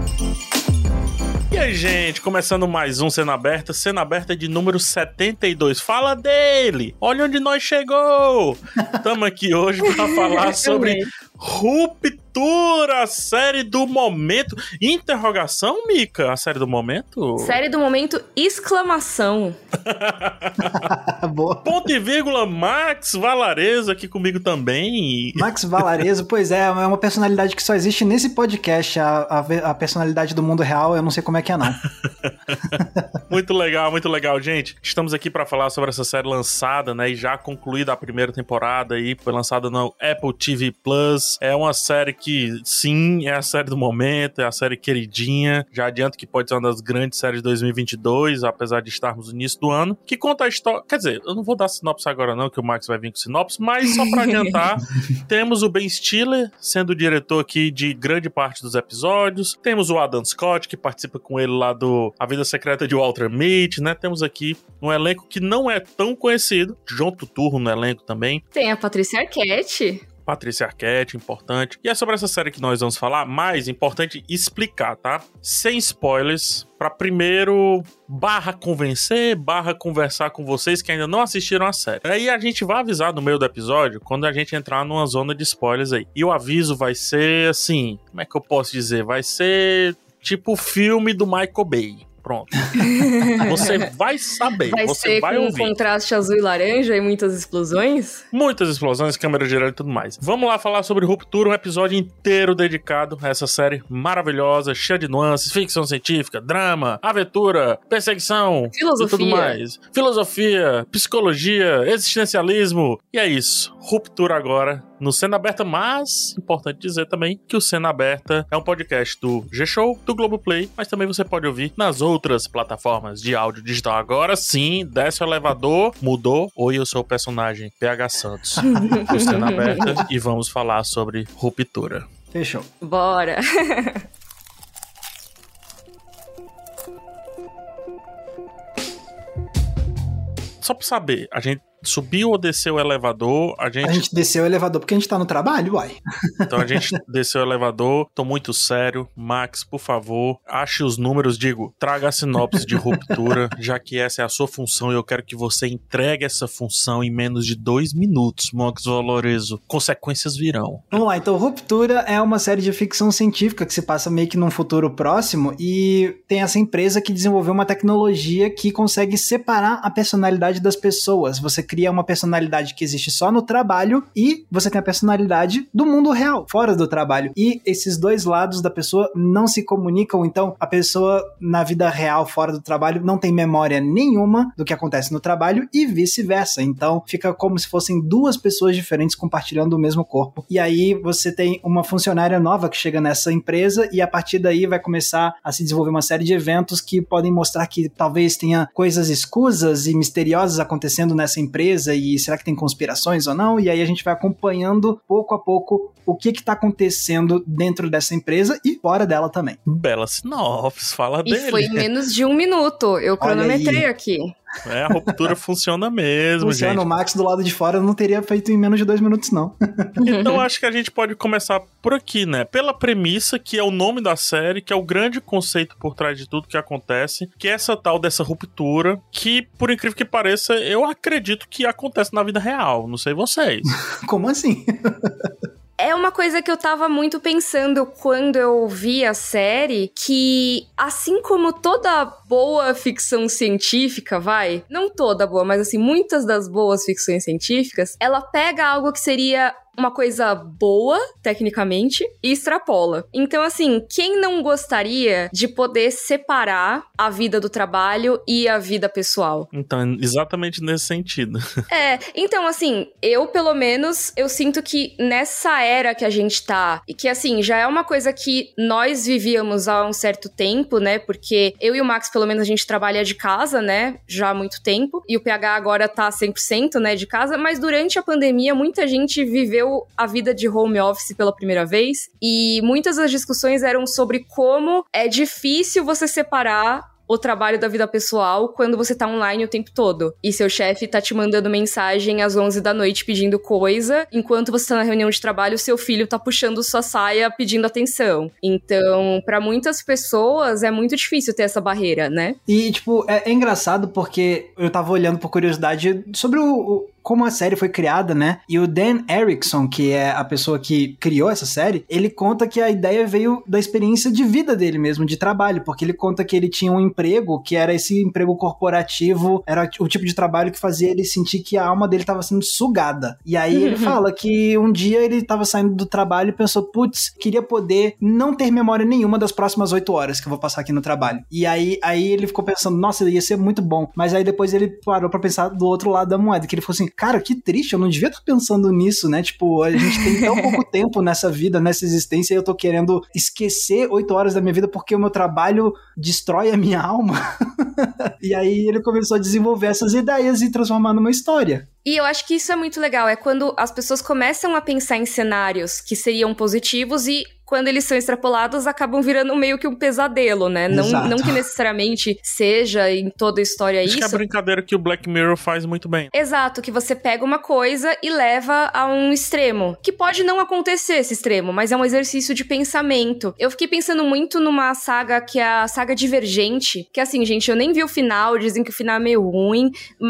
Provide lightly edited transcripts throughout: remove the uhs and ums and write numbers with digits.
E aí, gente, começando mais um Cena Aberta de número 72. Fala dele! Olha onde nós chegou! Estamos aqui hoje para falar sobre Ruptura, a série do momento. Interrogação, Mika? A série do momento? Série do momento, exclamação. Boa. Ponto e vírgula, Max Valarezo aqui comigo também. Max Valarezo, pois é uma personalidade que só existe nesse podcast. A personalidade do mundo real, eu não sei como é que é, não. Muito legal, gente. Estamos aqui para falar sobre essa série lançada, né, e já concluída a primeira temporada aí, foi lançada no Apple TV Plus. É uma série que, sim, é a série do momento, é a série queridinha. Já adianto que pode ser uma das grandes séries de 2022, apesar de estarmos no início do ano, que conta a história... Quer dizer, eu não vou dar sinopse agora não, que o Max vai vir com sinopse, mas só pra adiantar, temos o Ben Stiller sendo o diretor aqui de grande parte dos episódios, temos o Adam Scott, que participa com ele lá do A Vida Secreta de Walter Mitty, né? Temos aqui um elenco que não é tão conhecido, John Turturro no elenco também. Tem a Patrícia Arquette, importante. E é sobre essa série que nós vamos falar, mas importante explicar, tá? Sem spoilers, pra primeiro convencer, conversar com vocês que ainda não assistiram a série. Aí a gente vai avisar no meio do episódio quando a gente entrar numa zona de spoilers aí. E o aviso vai ser assim, como é que eu posso dizer? Vai ser tipo o filme do Michael Bay. Pronto. Você vai saber, você vai ouvir. Com contraste azul e laranja e muitas explosões? Muitas explosões, câmera girando e tudo mais. Vamos lá falar sobre Ruptura, um episódio inteiro dedicado a essa série maravilhosa, cheia de nuances, ficção científica, drama, aventura, perseguição, filosofia. E tudo mais. Filosofia, psicologia, existencialismo. E é isso. Ruptura agora no Cena Aberta, mas importante dizer também que o Cena Aberta é um podcast do G-Show, do Globoplay, mas também você pode ouvir nas outras plataformas de áudio digital. Agora sim, desce o elevador, mudou. Oi, eu sou o personagem PH Santos do Cena Aberta e vamos falar sobre Ruptura. Fechou. Bora! Só pra saber, a gente subiu ou desceu o elevador? A gente desceu o elevador porque a gente tá no trabalho, uai. Então a gente desceu o elevador, tô muito sério. Max, por favor, ache os números, traga a sinopse de Ruptura, já que essa é a sua função e eu quero que você entregue essa função em menos de 2 minutos, Max Valarezo. Consequências virão. Vamos lá, então Ruptura é uma série de ficção científica que se passa meio que num futuro próximo e tem essa empresa que desenvolveu uma tecnologia que consegue separar a personalidade das pessoas. Você cria uma personalidade que existe só no trabalho e você tem a personalidade do mundo real, fora do trabalho. E esses dois lados da pessoa não se comunicam, então a pessoa na vida real, fora do trabalho, não tem memória nenhuma do que acontece no trabalho e vice-versa. Então fica como se fossem duas pessoas diferentes compartilhando o mesmo corpo. E aí você tem uma funcionária nova que chega nessa empresa e a partir daí vai começar a se desenvolver uma série de eventos que podem mostrar que talvez tenha coisas escusas e misteriosas acontecendo nessa empresa e será que tem conspirações ou não? E aí a gente vai acompanhando pouco a pouco o que tá acontecendo dentro dessa empresa e fora dela também. Bela sinopse, fala dele. E foi em menos de 1 minuto, eu cronometrei aqui. A Ruptura funciona mesmo, funciona, gente. O Max do lado de fora não teria feito em menos de 2 minutos, não. Então acho que a gente pode começar por aqui, né? Pela premissa, que é o nome da série, que é o grande conceito por trás de tudo que acontece, que é essa tal dessa ruptura, que, por incrível que pareça, eu acredito que acontece na vida real. Não sei vocês. Como assim? É uma coisa que eu tava muito pensando quando eu vi a série, que assim como toda boa ficção científica, não toda boa, mas assim, muitas das boas ficções científicas, ela pega algo que seria uma coisa boa, tecnicamente, e extrapola. Então, assim, quem não gostaria de poder separar a vida do trabalho e a vida pessoal? Então, exatamente nesse sentido. Então, assim, eu, pelo menos, eu sinto que nessa era que a gente tá, e que, assim, já é uma coisa que nós vivíamos há um certo tempo, né, porque eu e o Max, pelo menos, a gente trabalha de casa, né, já há muito tempo, e o PH agora tá 100%, né, de casa, mas durante a pandemia, muita gente viveu a vida de home office pela primeira vez, e muitas das discussões eram sobre como é difícil você separar o trabalho da vida pessoal quando você tá online o tempo todo. E seu chefe tá te mandando mensagem às 11 da noite pedindo coisa, enquanto você tá na reunião de trabalho, seu filho tá puxando sua saia pedindo atenção. Então, pra muitas pessoas, é muito difícil ter essa barreira, né? E, tipo, é engraçado porque eu tava olhando por curiosidade sobre como a série foi criada, né? E o Dan Erickson, que é a pessoa que criou essa série, ele conta que a ideia veio da experiência de vida dele mesmo, de trabalho, porque ele conta que ele tinha um emprego, que era esse emprego corporativo, era o tipo de trabalho que fazia ele sentir que a alma dele estava sendo sugada. E aí ele fala que um dia ele estava saindo do trabalho e pensou, putz, queria poder não ter memória nenhuma das próximas 8 horas que eu vou passar aqui no trabalho. E aí ele ficou pensando, nossa, ia ser muito bom. Mas aí depois ele parou pra pensar do outro lado da moeda, que ele falou assim, cara, que triste, eu não devia estar pensando nisso, né? Tipo, a gente tem tão pouco tempo nessa vida, nessa existência, e eu tô querendo esquecer 8 horas da minha vida porque o meu trabalho destrói a minha alma. E aí ele começou a desenvolver essas ideias e transformar numa história. E eu acho que isso é muito legal, é quando as pessoas começam a pensar em cenários que seriam positivos e quando eles são extrapolados, acabam virando meio que um pesadelo, né? Não que necessariamente seja em toda a história isso. Acho que é a brincadeira que o Black Mirror faz muito bem. Exato, que você pega uma coisa e leva a um extremo. Que pode não acontecer esse extremo, mas é um exercício de pensamento. Eu fiquei pensando muito numa saga que é a saga Divergente, que assim, gente, eu nem vi o final, dizem que o final é meio ruim,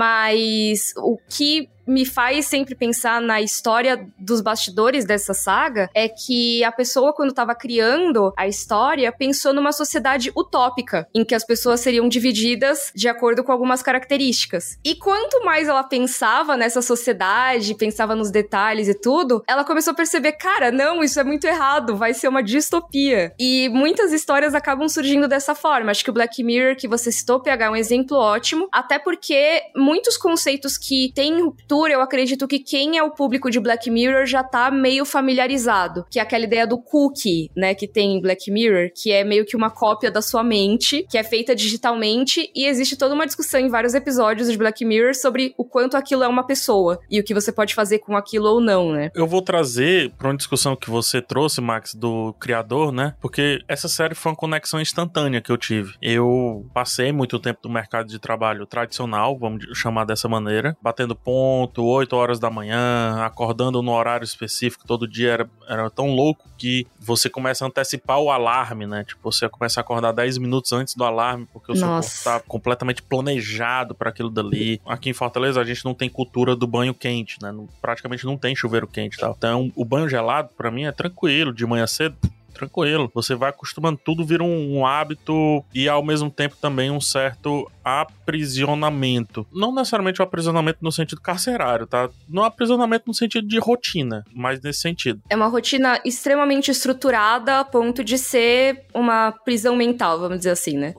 mas o que me faz sempre pensar na história dos bastidores dessa saga é que a pessoa, quando estava criando a história, pensou numa sociedade utópica, em que as pessoas seriam divididas de acordo com algumas características. E quanto mais ela pensava nessa sociedade, pensava nos detalhes e tudo, ela começou a perceber, cara, não, isso é muito errado, vai ser uma distopia. E muitas histórias acabam surgindo dessa forma. Acho que o Black Mirror, que você citou, PH, é um exemplo ótimo, até porque muitos conceitos que têm ruptura, eu acredito que quem é o público de Black Mirror já tá meio familiarizado, que é aquela ideia do cookie, né, que tem em Black Mirror, que é meio que uma cópia da sua mente, que é feita digitalmente, e existe toda uma discussão em vários episódios de Black Mirror sobre o quanto aquilo é uma pessoa, e o que você pode fazer com aquilo ou não, né. Eu vou trazer pra uma discussão que você trouxe, Max, do criador, né, porque essa série foi uma conexão instantânea que eu tive. Eu passei muito tempo no mercado de trabalho tradicional, vamos chamar dessa maneira, batendo ponto, 8 horas da manhã, acordando no horário específico, todo dia era tão louco que você começa a antecipar o alarme, né? Tipo, você começa a acordar 10 minutos antes do alarme, porque o seu corpo tá completamente planejado para aquilo dali. Aqui em Fortaleza, a gente não tem cultura do banho quente, né? Praticamente não tem chuveiro quente e tal. Então, o banho gelado, pra mim, é tranquilo. De manhã cedo, tranquilo. Você vai acostumando, tudo vira um hábito e ao mesmo tempo também um certo aprisionamento. Não necessariamente o aprisionamento no sentido carcerário, tá? Não aprisionamento no sentido de rotina, mas nesse sentido. É uma rotina extremamente estruturada a ponto de ser uma prisão mental, vamos dizer assim, né?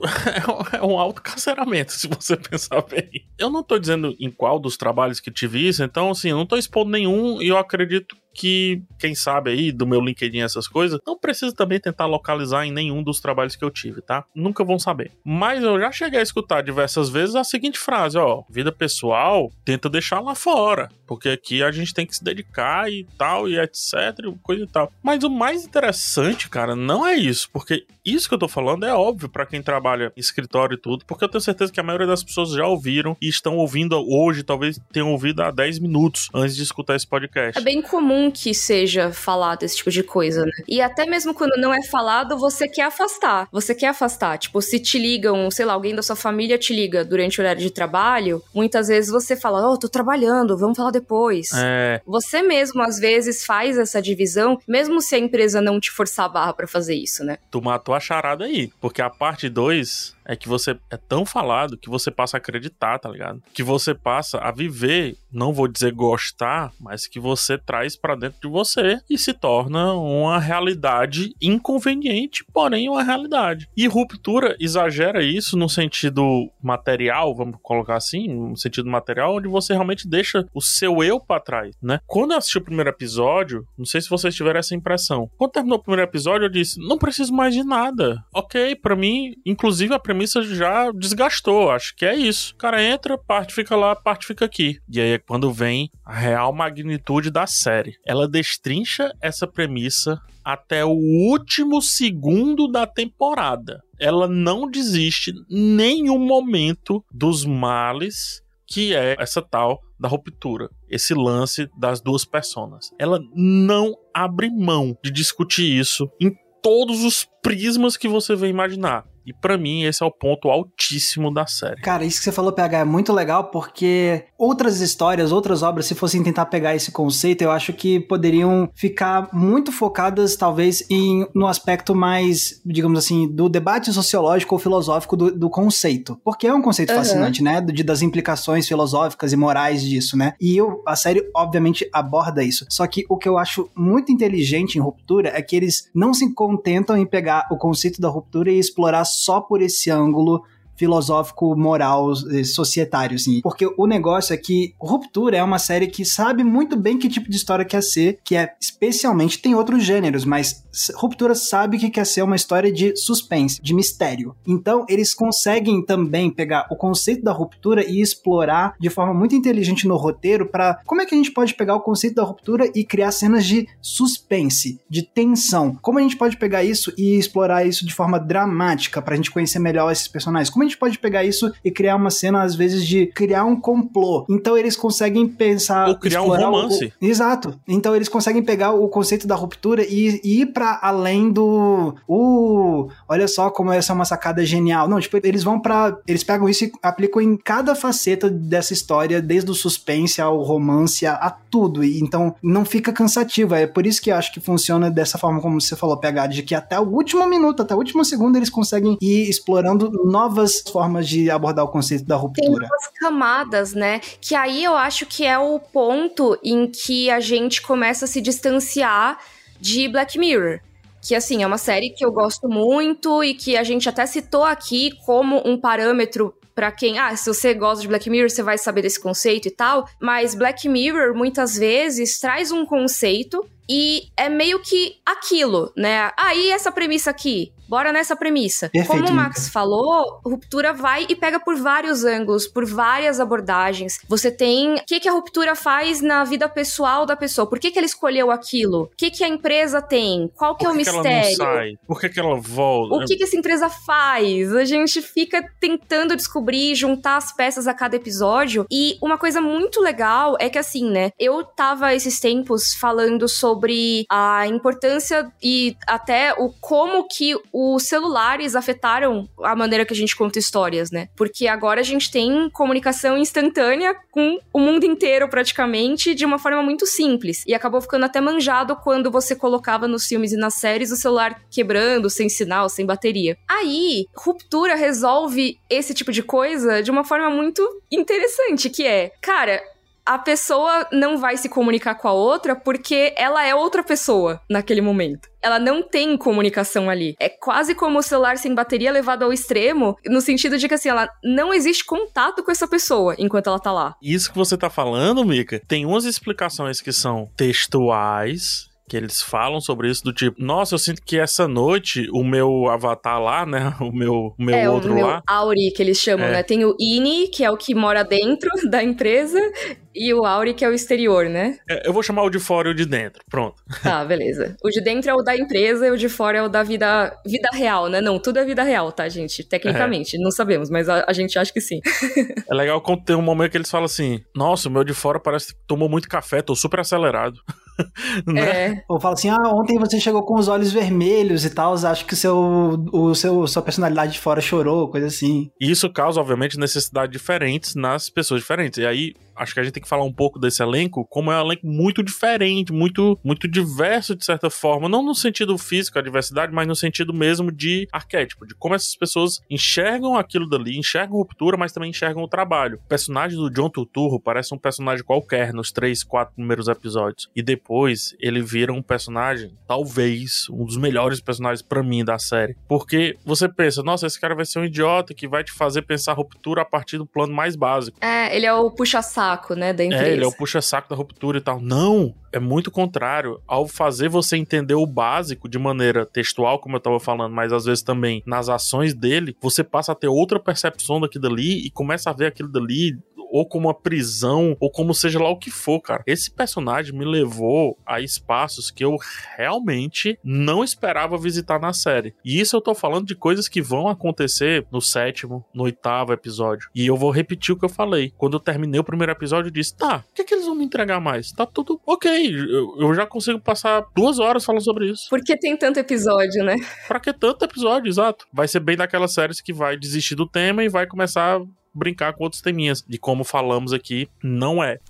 É um autocarceramento, se você pensar bem. Eu não tô dizendo em qual dos trabalhos que tive isso, então assim, eu não tô expondo nenhum e eu acredito que, quem sabe aí, do meu LinkedIn, essas coisas, não precisa também tentar localizar em nenhum dos trabalhos que eu tive, tá? Nunca vão saber. Mas eu já cheguei a escutar diversas vezes a seguinte frase, ó, vida pessoal, tenta deixar lá fora, porque aqui a gente tem que se dedicar e tal, e etc, coisa e tal. Mas o mais interessante, cara, não é isso, porque isso que eu tô falando é óbvio pra quem trabalha em escritório e tudo, porque eu tenho certeza que a maioria das pessoas já ouviram e estão ouvindo hoje, talvez tenham ouvido há 10 minutos antes de escutar esse podcast. É bem comum que seja falado esse tipo de coisa, né? E até mesmo quando não é falado, você quer afastar. Você quer afastar. Tipo, se te ligam, sei lá, alguém da sua família te liga durante o horário de trabalho, muitas vezes você fala, tô trabalhando, vamos falar depois. Você mesmo, às vezes, faz essa divisão, mesmo se a empresa não te forçar a barra pra fazer isso, né? Tu matou a charada aí, porque a parte 2 é que você é tão falado que você passa a acreditar, tá ligado? Que você passa a viver, não vou dizer gostar, mas que você traz pra dentro de você e se torna uma realidade inconveniente, porém uma realidade. E ruptura exagera isso no sentido material, vamos colocar assim, no sentido material, onde você realmente deixa o seu eu pra trás, né? Quando eu assisti o primeiro episódio, não sei se vocês tiveram essa impressão, quando terminou o primeiro episódio eu disse, não preciso mais de nada. Ok, pra mim, inclusive a premissa já desgastou, acho que é isso. O cara entra, parte fica lá, parte fica aqui. E aí é quando vem a real magnitude da série. ela destrincha essa premissa até o último segundo da temporada. Ela não desiste em nenhum momento dos males que é essa tal da ruptura, esse lance das duas personas. Ela não abre mão de discutir isso em todos os prismas que você vai imaginar. E pra mim, esse é o ponto altíssimo da série. Cara, isso que você falou, PH, é muito legal, porque outras histórias, outras obras, se fossem tentar pegar esse conceito, eu acho que poderiam ficar muito focadas, talvez, no aspecto mais, digamos assim, do debate sociológico ou filosófico do conceito. Porque é um conceito fascinante, né? Das implicações filosóficas e morais disso, né? E a série, obviamente, aborda isso. Só que o que eu acho muito inteligente em Ruptura é que eles não se contentam em pegar o conceito da ruptura e explorar só por esse ângulo filosófico, moral, societário, assim. Porque o negócio é que Ruptura é uma série que sabe muito bem que tipo de história quer ser, que é, especialmente, tem outros gêneros, mas Ruptura sabe que quer ser uma história de suspense, de mistério. Então, eles conseguem também pegar o conceito da ruptura e explorar de forma muito inteligente no roteiro para como é que a gente pode pegar o conceito da ruptura e criar cenas de suspense, de tensão. Como a gente pode pegar isso e explorar isso de forma dramática pra gente conhecer melhor esses personagens. Como a gente pode pegar isso e criar uma cena, às vezes, de criar um complô. Então eles conseguem pensar... Ou criar um romance. Exato. Então eles conseguem pegar o conceito da ruptura e ir pra além do... olha só como essa é uma sacada genial. Não, tipo, eles pegam isso e aplicam em cada faceta dessa história, desde o suspense ao romance, a tudo. E então não fica cansativo. É por isso que eu acho que funciona dessa forma como você falou, PH, de que até o último minuto, até o último segundo, eles conseguem ir explorando novas formas de abordar o conceito da ruptura. Tem duas camadas, né? Que aí eu acho que é o ponto em que a gente começa a se distanciar de Black Mirror. Que, assim, é uma série que eu gosto muito e que a gente até citou aqui como um parâmetro pra quem... se você gosta de Black Mirror, você vai saber desse conceito e tal. Mas Black Mirror, muitas vezes, traz um conceito e é meio que aquilo, né? E essa premissa aqui? Bora nessa premissa. Perfeito, como o Max falou, Ruptura vai e pega por vários ângulos, por várias abordagens. Você tem o que a Ruptura faz na vida pessoal da pessoa. Por que ela escolheu aquilo? O que a empresa tem? Qual que é o mistério? Por que ela não sai? Por que ela volta? O que essa empresa faz? A gente fica tentando descobrir, juntar as peças a cada episódio. E uma coisa muito legal é que, assim, né? Eu tava esses tempos falando sobre a importância e até o como que os celulares afetaram a maneira que a gente conta histórias, né? Porque agora a gente tem comunicação instantânea com o mundo inteiro, praticamente, de uma forma muito simples. E acabou ficando até manjado quando você colocava nos filmes e nas séries o celular quebrando, sem sinal, sem bateria. Aí, Ruptura resolve esse tipo de coisa de uma forma muito interessante, que é, cara... A pessoa não vai se comunicar com a outra porque ela é outra pessoa naquele momento. Ela não tem comunicação ali. É quase como o celular sem bateria levado ao extremo, no sentido de que, assim, ela não existe contato com essa pessoa enquanto ela tá lá. Isso que você tá falando, Mika, tem umas explicações que são textuais... que eles falam sobre isso, do tipo, nossa, eu sinto que essa noite o meu avatar lá, né, o meu outro o meu lá... Auri, que eles chamam, né? Tem o Ini, que é o que mora dentro da empresa, e o Auri, que é o exterior, né? Eu vou chamar o de fora e o de dentro, pronto. Tá, beleza. O de dentro é o da empresa e o de fora é o da vida real, né? Não, tudo é vida real, tá, gente? Tecnicamente, não sabemos, mas a gente acha que sim. É legal quando tem um momento que eles falam assim, nossa, o meu de fora parece que tomou muito café, tô super acelerado. Né? Ou fala assim, ontem você chegou com os olhos vermelhos e tal, acho que sua personalidade de fora chorou, coisa assim. E isso causa, obviamente, necessidades diferentes nas pessoas diferentes. E aí, acho que a gente tem que falar um pouco desse elenco, como é um elenco muito diferente, muito, muito diverso, de certa forma. Não no sentido físico, a diversidade, mas no sentido mesmo de arquétipo, de como essas pessoas enxergam aquilo dali, enxergam Ruptura, mas também enxergam o trabalho. O personagem do John Turturro parece um personagem qualquer nos 3, 4 primeiros episódios. E depois, ele vira um personagem, talvez, um dos melhores personagens pra mim da série. Porque você pensa, nossa, esse cara vai ser um idiota que vai te fazer pensar Ruptura a partir do plano mais básico. Ele é o puxa-saco, né, da empresa. Ele é o puxa-saco da Ruptura e tal. Não! É muito contrário. Ao fazer você entender o básico de maneira textual, como eu tava falando, mas às vezes também nas ações dele, você passa a ter outra percepção daquilo dali e começa a ver aquilo dali ou como uma prisão, ou como seja lá o que for, cara. Esse personagem me levou a espaços que eu realmente não esperava visitar na série. E isso eu tô falando de coisas que vão acontecer no 7º, no 8º episódio. E eu vou repetir o que eu falei. Quando eu terminei o primeiro episódio, eu disse, tá, o que eles vão me entregar mais? Tá tudo ok. Eu já consigo passar 2 horas falando sobre isso. Por que tem tanto episódio, né? Pra que tanto episódio, exato? Vai ser bem daquelas séries que vai desistir do tema e vai começar a brincar com outros teminhas. E como falamos aqui, não é.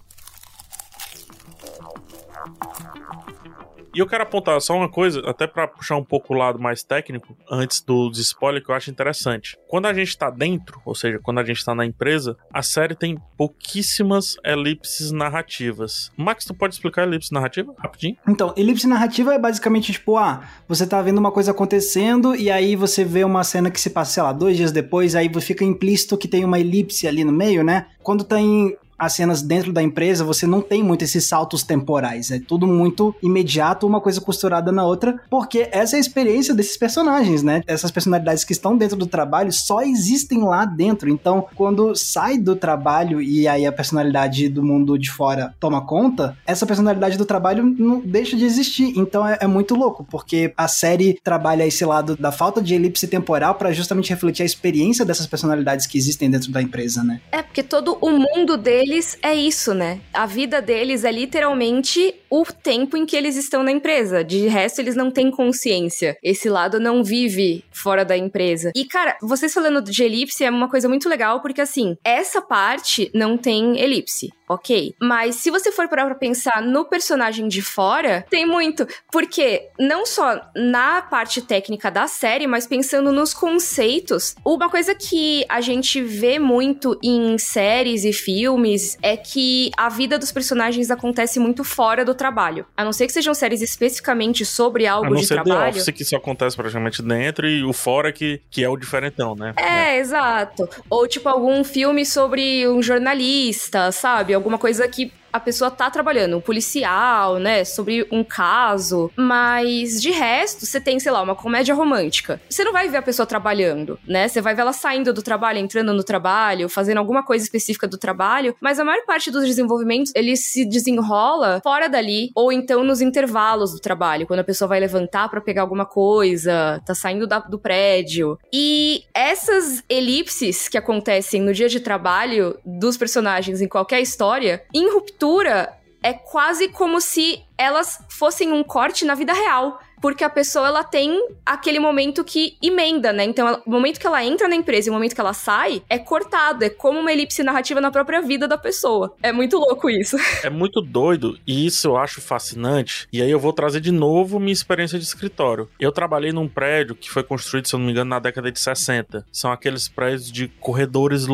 E eu quero apontar só uma coisa, até pra puxar um pouco o lado mais técnico, antes dos spoilers, que eu acho interessante. Quando a gente tá dentro, ou seja, quando a gente tá na empresa, a série tem pouquíssimas elipses narrativas. Max, tu pode explicar a elipse narrativa? Rapidinho. Então, elipse narrativa é basicamente tipo, você tá vendo uma coisa acontecendo e aí você vê uma cena que se passa, sei lá, 2 dias depois, aí fica implícito que tem uma elipse ali no meio, né? Quando tem as cenas dentro da empresa, você não tem muito esses saltos temporais, é tudo muito imediato, uma coisa costurada na outra, porque essa é a experiência desses personagens, né? Essas personalidades que estão dentro do trabalho só existem lá dentro, então quando sai do trabalho e aí a personalidade do mundo de fora toma conta, essa personalidade do trabalho não deixa de existir, então é muito louco, porque a série trabalha esse lado da falta de elipse temporal pra justamente refletir a experiência dessas personalidades que existem dentro da empresa, né? É, porque todo o mundo deles é isso, né? A vida deles é literalmente o tempo em que eles estão na empresa. De resto, eles não têm consciência. Esse lado não vive fora da empresa. E, cara, vocês falando de elipse é uma coisa muito legal, porque, assim, essa parte não tem elipse. Ok, mas se você for parar pra pensar no personagem de fora, tem muito, porque não só na parte técnica da série, mas pensando nos conceitos, uma coisa que a gente vê muito em séries e filmes é que a vida dos personagens acontece muito fora do trabalho, a não ser que sejam séries especificamente sobre algo de trabalho. A não ser The Office, que isso acontece praticamente dentro, e o fora que é o diferentão, né? Exato. Ou tipo algum filme sobre um jornalista, sabe? Alguma coisa que a pessoa tá trabalhando, um policial, né, sobre um caso, mas de resto, você tem, sei lá, uma comédia romântica. Você não vai ver a pessoa trabalhando, né, você vai ver ela saindo do trabalho, entrando no trabalho, fazendo alguma coisa específica do trabalho, mas a maior parte dos desenvolvimentos, ele se desenrola fora dali, ou então nos intervalos do trabalho, quando a pessoa vai levantar pra pegar alguma coisa, tá saindo do prédio. E essas elipses que acontecem no dia de trabalho dos personagens em qualquer história, em Ruptura, é quase como se elas fossem um corte na vida real. Porque a pessoa, ela tem aquele momento que emenda, né? Então, o momento que ela entra na empresa e o momento que ela sai é cortado. É como uma elipse narrativa na própria vida da pessoa. É muito louco isso. É muito doido. E isso eu acho fascinante. E aí eu vou trazer de novo minha experiência de escritório. Eu trabalhei num prédio que foi construído, se eu não me engano, na década de 60. São aqueles prédios de corredores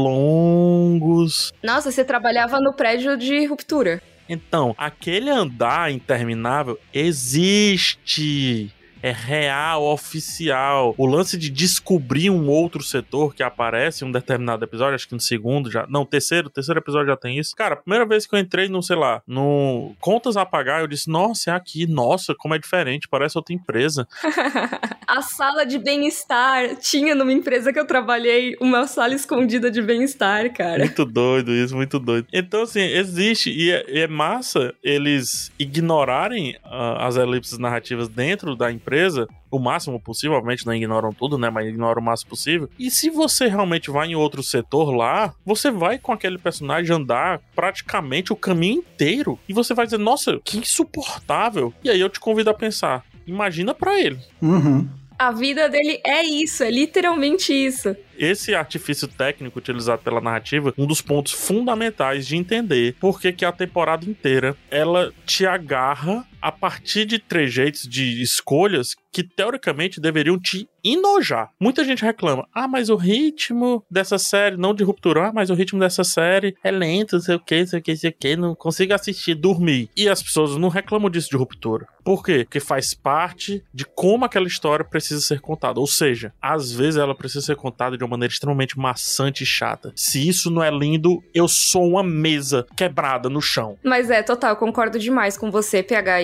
longos. Nossa, você trabalhava no prédio de Ruptura. Então, aquele andar interminável existe. É real, oficial. O lance de descobrir um outro setor que aparece em um determinado episódio, acho que no segundo já... Não, terceiro episódio já tem isso. Cara, a primeira vez que eu entrei no, sei lá, no Contas a Pagar, eu disse, nossa, é aqui. Nossa, como é diferente, parece outra empresa. A sala de bem-estar. Tinha numa empresa que eu trabalhei uma sala escondida de bem-estar, cara. Muito doido isso, muito doido. Então, assim, existe. E é massa eles ignorarem as elipses narrativas dentro da empresa o máximo possível, obviamente não ignoram tudo, né, mas ignoram o máximo possível. E se você realmente vai em outro setor lá, você vai com aquele personagem andar praticamente o caminho inteiro e você vai dizer, nossa, que insuportável. E aí eu te convido a pensar, imagina pra ele. A vida dele é isso, é literalmente isso. Esse artifício técnico utilizado pela narrativa, um dos pontos fundamentais de entender por que a temporada inteira ela te agarra a partir de trejeitos, de escolhas que teoricamente deveriam te enojar. Muita gente reclama, mas o ritmo dessa série, não de Ruptura, mas o ritmo dessa série é lento, não sei o que, não consigo assistir, dormir. E as pessoas não reclamam disso de Ruptura. Por quê? Porque faz parte de como aquela história precisa ser contada. Ou seja, às vezes ela precisa ser contada de uma maneira extremamente maçante e chata. Se isso não é lindo, eu sou uma mesa quebrada no chão. Mas total, eu concordo demais com você, PH.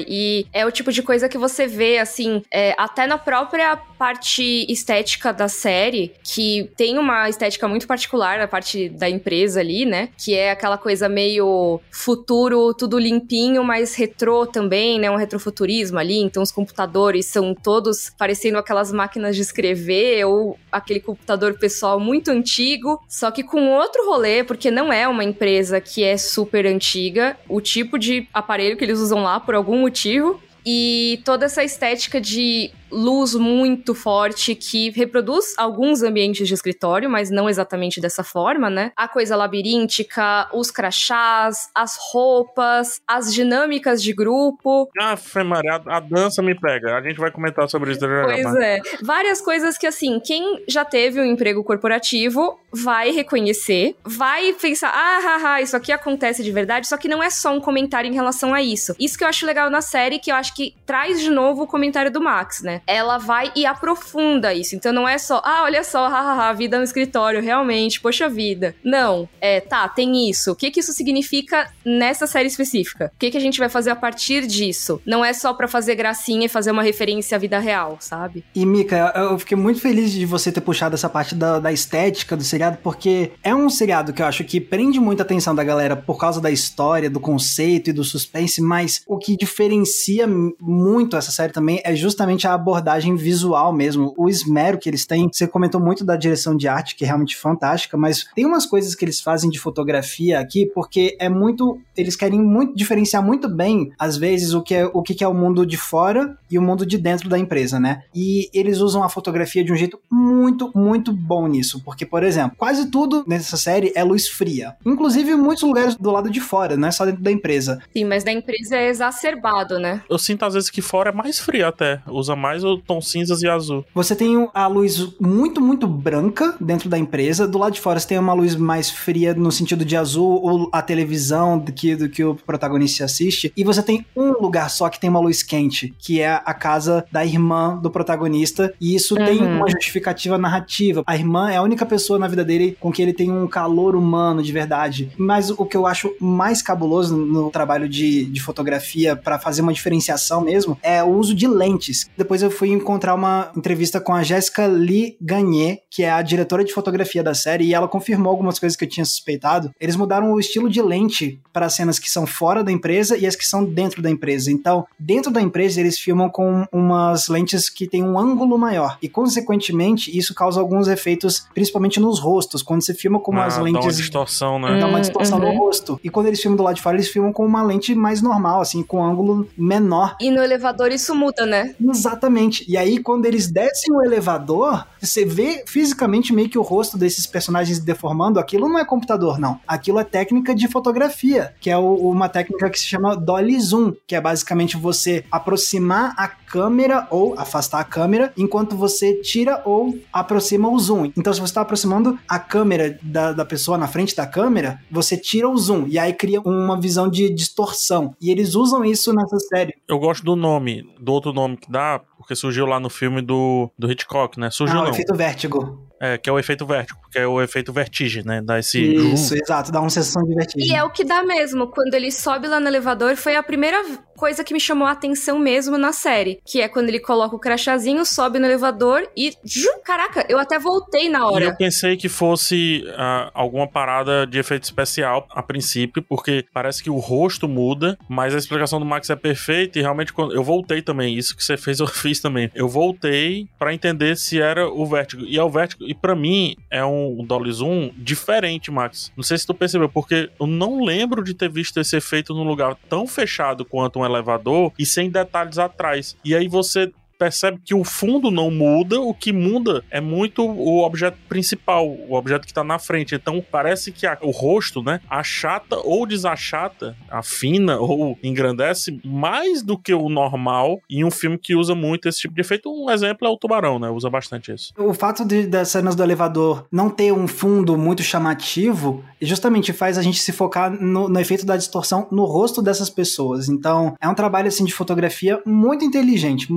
E é o tipo de coisa que você vê, assim, até na própria parte estética da série, que tem uma estética muito particular na parte da empresa ali, né? Que é aquela coisa meio futuro, tudo limpinho, mas retrô também, né? Um retrofuturismo ali. Então os computadores são todos parecendo aquelas máquinas de escrever ou aquele computador pessoal muito antigo, só que com outro rolê, porque não é uma empresa que é super antiga, o tipo de aparelho que eles usam lá por algum motivo, e toda essa estética de luz muito forte que reproduz alguns ambientes de escritório, mas não exatamente dessa forma, né? A coisa labiríntica, os crachás, as roupas, as dinâmicas de grupo. Maria, a dança me pega. A gente vai comentar sobre isso. Pois é. Várias coisas que, assim, quem já teve um emprego corporativo vai reconhecer, vai pensar, isso aqui acontece de verdade, só que não é só um comentário em relação a isso. Isso que eu acho legal na série, que eu acho que traz de novo o comentário do Max, né? Ela vai e aprofunda isso. Então não é só, olha só, vida no escritório, realmente, poxa vida. Não, tem isso. O que isso significa nessa série específica? O que a gente vai fazer a partir disso? Não é só pra fazer gracinha e fazer uma referência à vida real, sabe? E, Mika, eu fiquei muito feliz de você ter puxado essa parte da estética do seriado, porque é um seriado que eu acho que prende muita atenção da galera por causa da história, do conceito e do suspense, mas o que diferencia muito essa série também é justamente a abordagem visual mesmo, o esmero que eles têm. Você comentou muito da direção de arte, que é realmente fantástica, mas tem umas coisas que eles fazem de fotografia aqui, porque eles querem muito diferenciar muito bem, às vezes, o que é o mundo de fora e o mundo de dentro da empresa, né? E eles usam a fotografia de um jeito muito, muito bom nisso, porque, por exemplo, quase tudo nessa série é luz fria, inclusive em muitos lugares do lado de fora, não é só dentro da empresa. Sim, mas da empresa é exacerbado, né? Eu sinto às vezes que fora é mais frio até, usa mais o tom cinzas e azul. Você tem a luz muito, muito branca dentro da empresa, do lado de fora você tem uma luz mais fria no sentido de azul, ou a televisão do que o protagonista assiste, e você tem um lugar só que tem uma luz quente, que é a casa da irmã do protagonista, e isso tem uma justificativa narrativa. A irmã é a única pessoa na vida dele com que ele tem um calor humano de verdade. Mas o que eu acho mais cabuloso no trabalho de fotografia, para fazer uma diferenciação mesmo, é o uso de lentes. Depois eu fui encontrar uma entrevista com a Jessica Lee Gagné, que é a diretora de fotografia da série, e ela confirmou algumas coisas que eu tinha suspeitado. Eles mudaram o estilo de lente para as cenas que são fora da empresa e as que são dentro da empresa. Então, dentro da empresa, eles filmam com umas lentes que têm um ângulo maior. E, consequentemente, isso causa alguns efeitos, principalmente nos rostos. Quando você filma com umas lentes... Dá uma distorção, né? Dá uma distorção no rosto. E quando eles filmam do lado de fora, eles filmam com uma lente mais normal, assim, com um ângulo menor. E no elevador isso muda, né? Exatamente. E aí, quando eles descem o elevador, você vê fisicamente meio que o rosto desses personagens deformando. Aquilo não é computador, não. Aquilo é técnica de fotografia, que é uma técnica que se chama dolly zoom, que é basicamente você aproximar a câmera ou afastar a câmera enquanto você tira ou aproxima o zoom. Então, se você está aproximando a câmera da pessoa na frente da câmera, você tira o zoom e aí cria uma visão de distorção. E eles usam isso nessa série. Eu gosto do outro nome que dá, porque surgiu lá no filme do Hitchcock, né? Surgiu o efeito vértigo. Que é o efeito vértigo, que é o efeito vertigem, né? Dá esse... Isso, exato, dá uma sensação de vertigem. E é o que dá mesmo, quando ele sobe lá no elevador, foi a primeira coisa que me chamou a atenção mesmo na série, que é quando ele coloca o crachazinho, sobe no elevador e... Caraca, eu até voltei na hora. E eu pensei que fosse alguma parada de efeito especial a princípio, porque parece que o rosto muda, mas a explicação do Max é perfeita e realmente quando eu voltei também, isso que você fez eu fiz também. Eu voltei pra entender se era o vértigo. E é o vértigo, e pra mim é um dolly zoom diferente, Max. Não sei se tu percebeu, porque eu não lembro de ter visto esse efeito num lugar tão fechado quanto um elevador e sem detalhes atrás. E aí você percebe que o fundo não muda, o que muda é muito o objeto principal, o objeto que tá na frente. Então parece que o rosto, né, achata ou desachata, afina ou engrandece mais do que o normal em um filme que usa muito esse tipo de efeito. Um exemplo é o Tubarão, né, usa bastante isso. O fato das cenas do elevador não ter um fundo muito chamativo justamente faz a gente se focar no efeito da distorção no rosto dessas pessoas. Então é um trabalho assim de fotografia muito inteligente, muito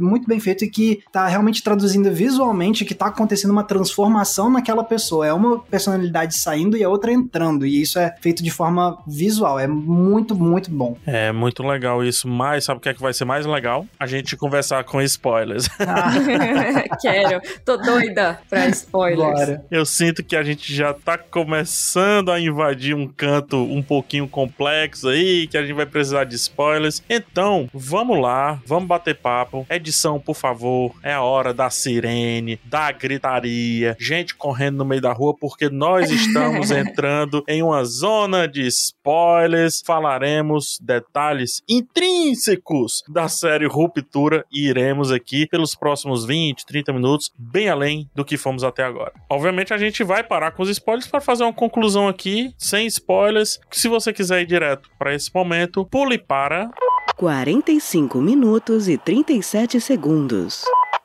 muito bem feito e que tá realmente traduzindo visualmente que tá acontecendo uma transformação naquela pessoa. É uma personalidade saindo e a outra entrando, e isso é feito de forma visual. É muito, muito bom. É muito legal isso, mas sabe o que é que vai ser mais legal? A gente conversar com spoilers. Quero, tô doida pra spoilers. Bora. Eu sinto que a gente já tá começando a invadir um canto um pouquinho complexo aí, que a gente vai precisar de spoilers. Então, vamos lá, vamos bater papo. Edição, por favor, é a hora da sirene, da gritaria, gente correndo no meio da rua, porque nós estamos entrando em uma zona de spoilers. Falaremos detalhes intrínsecos da série Ruptura e iremos aqui pelos próximos 20, 30 minutos, bem além do que fomos até agora. Obviamente a gente vai parar com os spoilers para fazer uma conclusão aqui, sem spoilers. Se você quiser ir direto para esse momento, pule para 45 minutos e 37 segundos.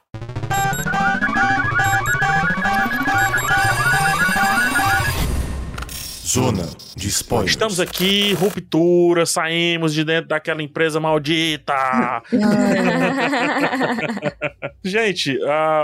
Zona de spoilers. Estamos aqui, Ruptura, saímos de dentro daquela empresa maldita. Gente,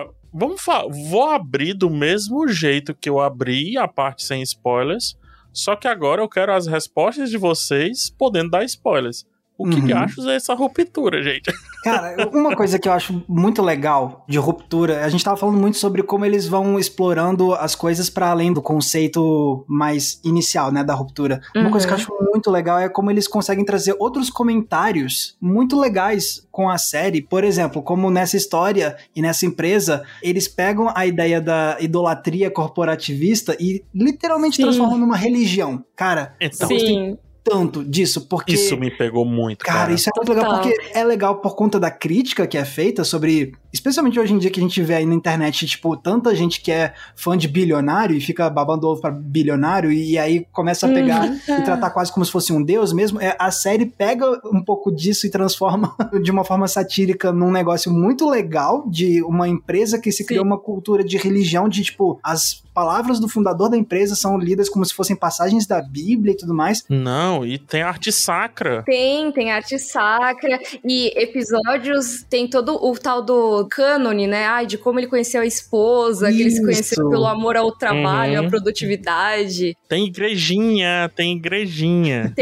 vou abrir do mesmo jeito que eu abri a parte sem spoilers, só que agora eu quero as respostas de vocês podendo dar spoilers. O que achas dessa Ruptura, gente? Cara, uma coisa que eu acho muito legal de Ruptura, a gente tava falando muito sobre como eles vão explorando as coisas para além do conceito mais inicial, né, da Ruptura. Uma coisa que eu acho muito legal é como eles conseguem trazer outros comentários muito legais com a série. Por exemplo, como nessa história e nessa empresa, eles pegam a ideia da idolatria corporativista e literalmente transformam numa religião. Cara, então, sim. Tanto disso, porque... Isso me pegou muito, cara. Isso é muito legal, porque é legal por conta da crítica que é feita sobre... Especialmente hoje em dia que a gente vê aí na internet, tipo, tanta gente que é fã de bilionário e fica babando ovo pra bilionário e aí começa a pegar e tratar quase como se fosse um deus mesmo. A série pega um pouco disso e transforma de uma forma satírica num negócio muito legal de uma empresa que se criou uma cultura de religião de, tipo, as palavras do fundador da empresa são lidas como se fossem passagens da Bíblia e tudo mais. Não, e tem arte sacra. Tem arte sacra e episódios, tem todo o tal do cânone, né? Ai, de como ele conheceu a esposa, que ele se conheceu pelo amor ao trabalho, à produtividade. Tem igrejinha. Tem igrejinha,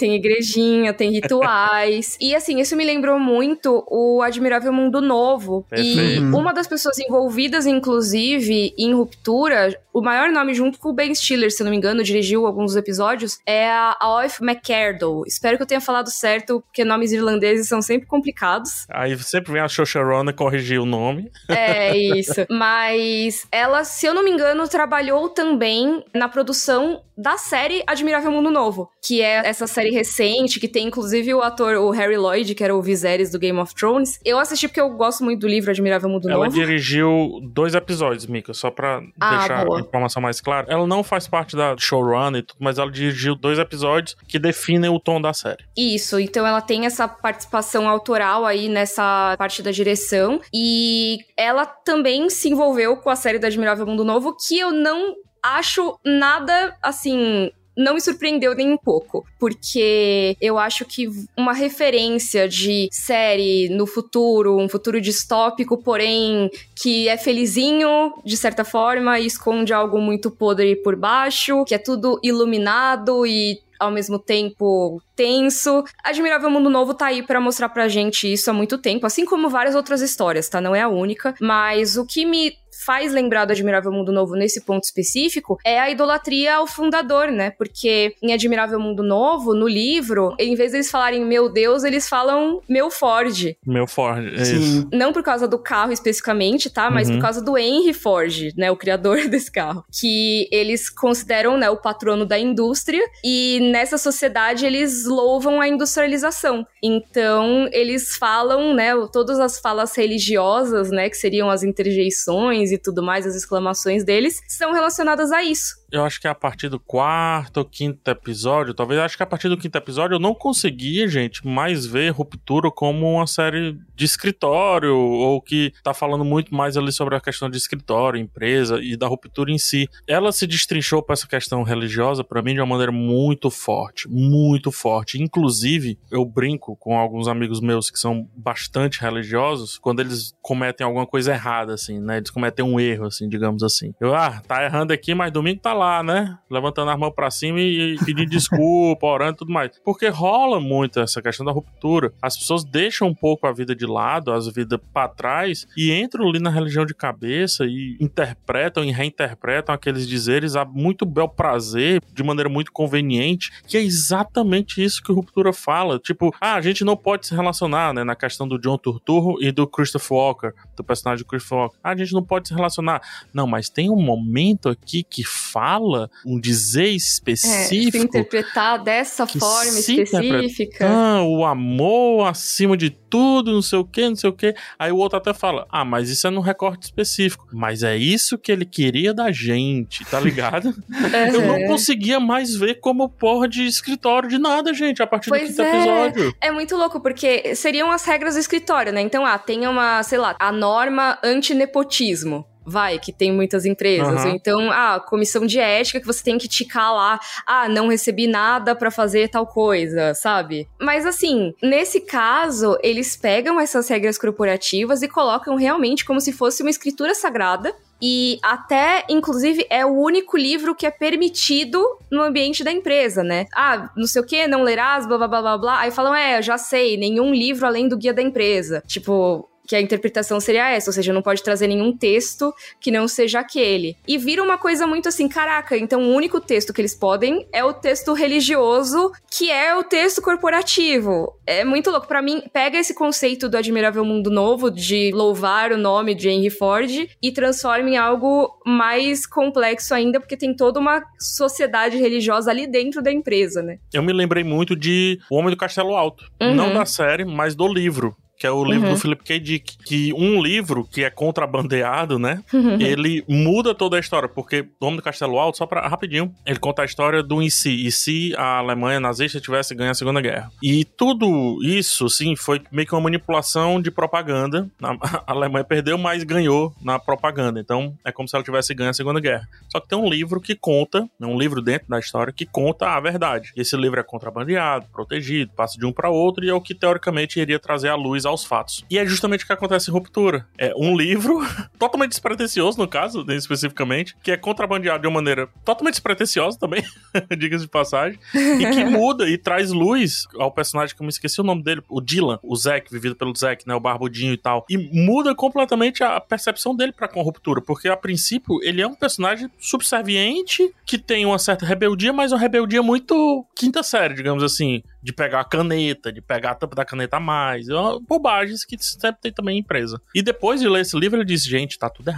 tem rituais. E assim, isso me lembrou muito o Admirável Mundo Novo. Perfeito. E uma das pessoas envolvidas, inclusive, em Ruptura, o maior nome junto com o Ben Stiller, se não me engano, dirigiu alguns dos episódios, é a Oif McCardle. Espero que eu tenha falado certo, porque nomes irlandeses são sempre complicados. Aí sempre vem a Saoirse Ronan corrigir o nome. É, isso. Mas ela, se eu não me engano, trabalhou também na produção da série Admirável Mundo Novo, que é essa série recente, que tem inclusive o ator, o Harry Lloyd, que era o Viserys do Game of Thrones. Eu assisti porque eu gosto muito do livro Admirável Mundo Novo. Ela dirigiu 2 episódios, Mika, só pra deixar a informação mais clara. Ela não faz parte da showrunner e tudo, mas ela dirigiu 2 episódios que definem o tom da série. Isso, então ela tem essa participação autoral aí nessa parte da direção, e ela também se envolveu com a série do Admirável Mundo Novo, que eu não acho nada, assim... Não me surpreendeu nem um pouco, porque eu acho que uma referência de série no futuro, um futuro distópico, porém que é felizinho, de certa forma, e esconde algo muito podre por baixo, que é tudo iluminado e ao mesmo tempo tenso. Admirável Mundo Novo tá aí pra mostrar pra gente isso há muito tempo, assim como várias outras histórias, tá? Não é a única, mas o que me faz lembrar do Admirável Mundo Novo nesse ponto específico é a idolatria ao fundador, né? Porque em Admirável Mundo Novo, no livro, em vez deles falarem meu Deus, eles falam meu Ford. Meu Ford, é Sim. isso. Não por causa do carro especificamente, tá? Mas por causa do Henry Ford, né? O criador desse carro. Que eles consideram, né, o patrono da indústria, e nessa sociedade eles louvam a industrialização. Então, eles falam, né, todas as falas religiosas, né, que seriam as interjeições e tudo mais, as exclamações deles, são relacionadas a isso. eu acho que é a partir do 4º ou 5º episódio, talvez, acho que a partir do 5º episódio eu não conseguia, gente, mais ver Ruptura como uma série de escritório, ou que tá falando muito mais ali sobre a questão de escritório, empresa e da ruptura em si. Ela se destrinchou pra essa questão religiosa, pra mim, de uma maneira muito forte, muito forte. Inclusive, eu brinco com alguns amigos meus que são bastante religiosos, quando eles cometem alguma coisa errada, assim, né? Eles cometem um erro, assim, digamos assim. Tá errando aqui, mas domingo tá lá, né? Levantando as mãos pra cima e pedindo desculpa, orando e tudo mais. Porque rola muito essa questão da ruptura. As pessoas deixam um pouco a vida de lado, as vidas pra trás, e entram ali na religião de cabeça e interpretam e reinterpretam aqueles dizeres a muito bel prazer, de maneira muito conveniente, que é exatamente isso que o Ruptura fala. Tipo, a gente não pode se relacionar, né? Na questão do John Turturro e do Christopher Walker, do personagem do Christopher Walker. A gente não pode se relacionar. Não, mas tem um momento aqui que fala um dizer específico. Se interpretar dessa forma específica. O amor acima de tudo, não sei o que, não sei o que. Aí o outro até fala, mas isso é num recorte específico. Mas é isso que ele queria da gente, tá ligado? Eu não conseguia mais ver como porra de escritório de nada, gente, a partir do 5º episódio. É muito louco, porque seriam as regras do escritório, né? Então, tem uma, sei lá, a norma anti-nepotismo. Que tem muitas empresas. Ou então, comissão de ética que você tem que ticar lá, não recebi nada pra fazer tal coisa, sabe? Mas assim, nesse caso, eles pegam essas regras corporativas e colocam realmente como se fosse uma escritura sagrada. E até, inclusive, é o único livro que é permitido no ambiente da empresa, né? Não sei o que, não lerás, blá, blá, blá, blá, blá. Aí falam, eu já sei, nenhum livro além do guia da empresa. Tipo, que a interpretação seria essa, ou seja, não pode trazer nenhum texto que não seja aquele. E vira uma coisa muito assim, caraca, então o único texto que eles podem é o texto religioso, que é o texto corporativo. É muito louco. Pra mim, pega esse conceito do Admirável Mundo Novo, de louvar o nome de Henry Ford, e transforma em algo mais complexo ainda, porque tem toda uma sociedade religiosa ali dentro da empresa, né? Eu me lembrei muito de O Homem do Castelo Alto. Não da série, mas do livro. Que é o livro do Philip K. Dick. Que um livro que é contrabandeado, né? Ele muda toda a história. Porque O Homem do Castelo Alto, só pra rapidinho, ele conta a história do e se a Alemanha nazista tivesse ganho a Segunda Guerra. E tudo isso, sim, foi meio que uma manipulação de propaganda. A Alemanha perdeu, mas ganhou na propaganda. Então, é como se ela tivesse ganho a Segunda Guerra. Só que tem um livro que conta, um livro dentro da história, que conta a verdade. E esse livro é contrabandeado, protegido, passa de um para outro, e é o que, teoricamente, iria trazer à luz aos fatos. E é justamente o que acontece em Ruptura. É um livro totalmente despretensioso, no caso, especificamente, que é contrabandeado de uma maneira totalmente despretensiosa também, diga-se de passagem, e que muda e traz luz ao personagem que eu me esqueci o nome dele, o Dylan, o Zack, vivido pelo Zack, né, o barbudinho e tal, e muda completamente a percepção dele pra com a Ruptura, porque a princípio ele é um personagem subserviente, que tem uma certa rebeldia, mas uma rebeldia muito quinta série, digamos assim, de pegar a caneta, de pegar a tampa da caneta a mais, bobagens que sempre tem também em empresa. E depois de ler esse livro, ele diz, gente, tá tudo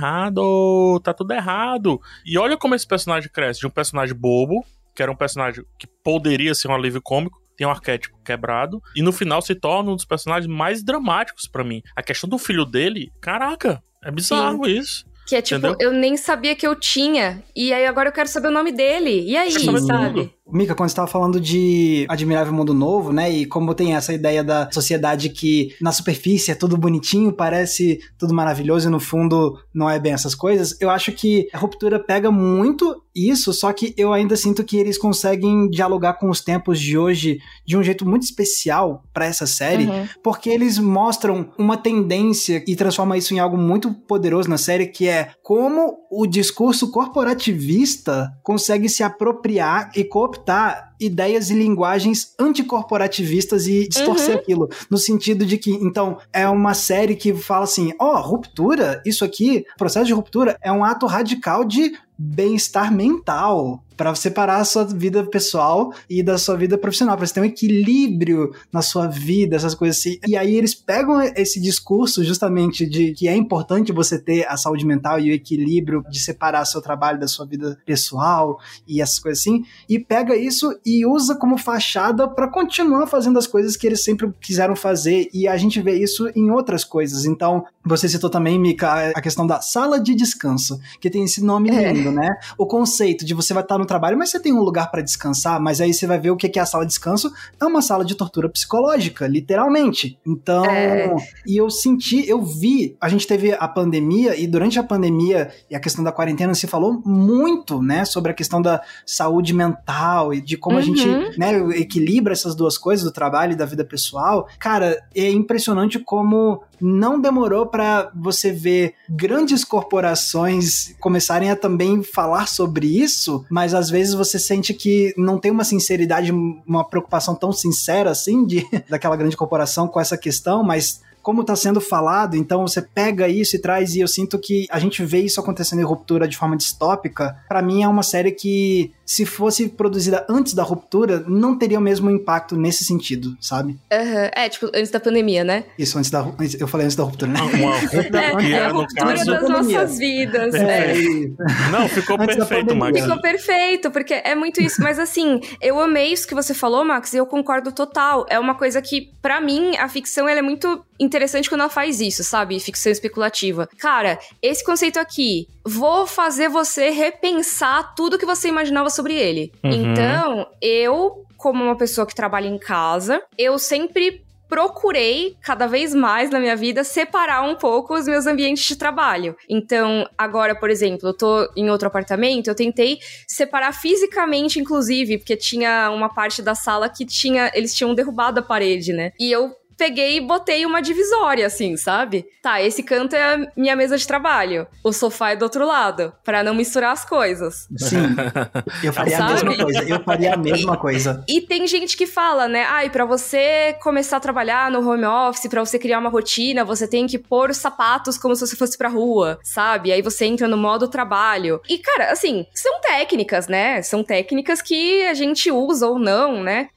errado. E olha como esse personagem cresce, de um personagem bobo, que era um personagem que poderia ser um alívio cômico, tem um arquétipo quebrado, e no final se torna um dos personagens mais dramáticos pra mim. A questão do filho dele, caraca, é bizarro isso. Que é tipo, entendeu? Eu nem sabia que eu tinha, e aí agora eu quero saber o nome dele. E aí, sabe? Mika, quando você estava falando de Admirável Mundo Novo, né, e como tem essa ideia da sociedade que na superfície é tudo bonitinho, parece tudo maravilhoso e no fundo não é bem essas coisas, eu acho que a Ruptura pega muito isso, só que eu ainda sinto que eles conseguem dialogar com os tempos de hoje de um jeito muito especial para essa série, porque eles mostram uma tendência e transformam isso em algo muito poderoso na série, que é como o discurso corporativista consegue se apropriar e cooptar ideias e linguagens anticorporativistas e distorcer aquilo, no sentido de que, então, é uma série que fala assim, ruptura, isso aqui, processo de ruptura é um ato radical de bem-estar mental, para separar a sua vida pessoal e da sua vida profissional, para você ter um equilíbrio na sua vida, essas coisas assim. E aí eles pegam esse discurso justamente de que é importante você ter a saúde mental e o equilíbrio de separar seu trabalho da sua vida pessoal e essas coisas assim, e pega isso e usa como fachada pra continuar fazendo as coisas que eles sempre quiseram fazer, e a gente vê isso em outras coisas. Então, você citou também, Mika, a questão da sala de descanso, que tem esse nome lindo, né? O conceito de você vai estar no trabalho, mas você tem um lugar pra descansar, mas aí você vai ver o que é a sala de descanso, é uma sala de tortura psicológica, literalmente. Então, e eu vi, a gente teve a pandemia, e durante a pandemia e a questão da quarentena se falou muito, né, sobre a questão da saúde mental e de como a gente, né, equilibra essas duas coisas, do trabalho e da vida pessoal. Cara, é impressionante como não demorou para você ver grandes corporações começarem a também falar sobre isso, mas às vezes você sente que não tem uma sinceridade, uma preocupação tão sincera assim daquela grande corporação com essa questão, mas como está sendo falado, então você pega isso e traz, e eu sinto que a gente vê isso acontecendo em Ruptura de forma distópica. Pra mim é uma série que, se fosse produzida antes da Ruptura, não teria o mesmo impacto nesse sentido, sabe? Tipo, antes da pandemia, né? Isso, eu falei antes da Ruptura, né? A ruptura das nossas vidas. Não, ficou perfeito, Max. Ficou perfeito, porque é muito isso. Mas assim, eu amei isso que você falou, Max, e eu concordo total. É uma coisa que, pra mim, a ficção ela é muito interessante quando ela faz isso, sabe? Ficção especulativa. Cara, esse conceito aqui, vou fazer você repensar tudo que você imaginava sobre ele. Então, eu, como uma pessoa que trabalha em casa, eu sempre procurei, cada vez mais na minha vida, separar um pouco os meus ambientes de trabalho. Então, agora, por exemplo, eu tô em outro apartamento, eu tentei separar fisicamente, inclusive, porque tinha uma parte da sala que eles tinham derrubado a parede, né? E eu peguei e botei uma divisória, assim, sabe? Tá, esse canto é a minha mesa de trabalho. O sofá é do outro lado, pra não misturar as coisas. Sim, eu faria a mesma coisa. Eu faria a mesma coisa. E tem gente que fala, né? Pra você começar a trabalhar no home office, pra você criar uma rotina, você tem que pôr os sapatos como se você fosse pra rua, sabe? Aí você entra no modo trabalho. E, cara, assim, são técnicas, né? São técnicas que a gente usa ou não, né?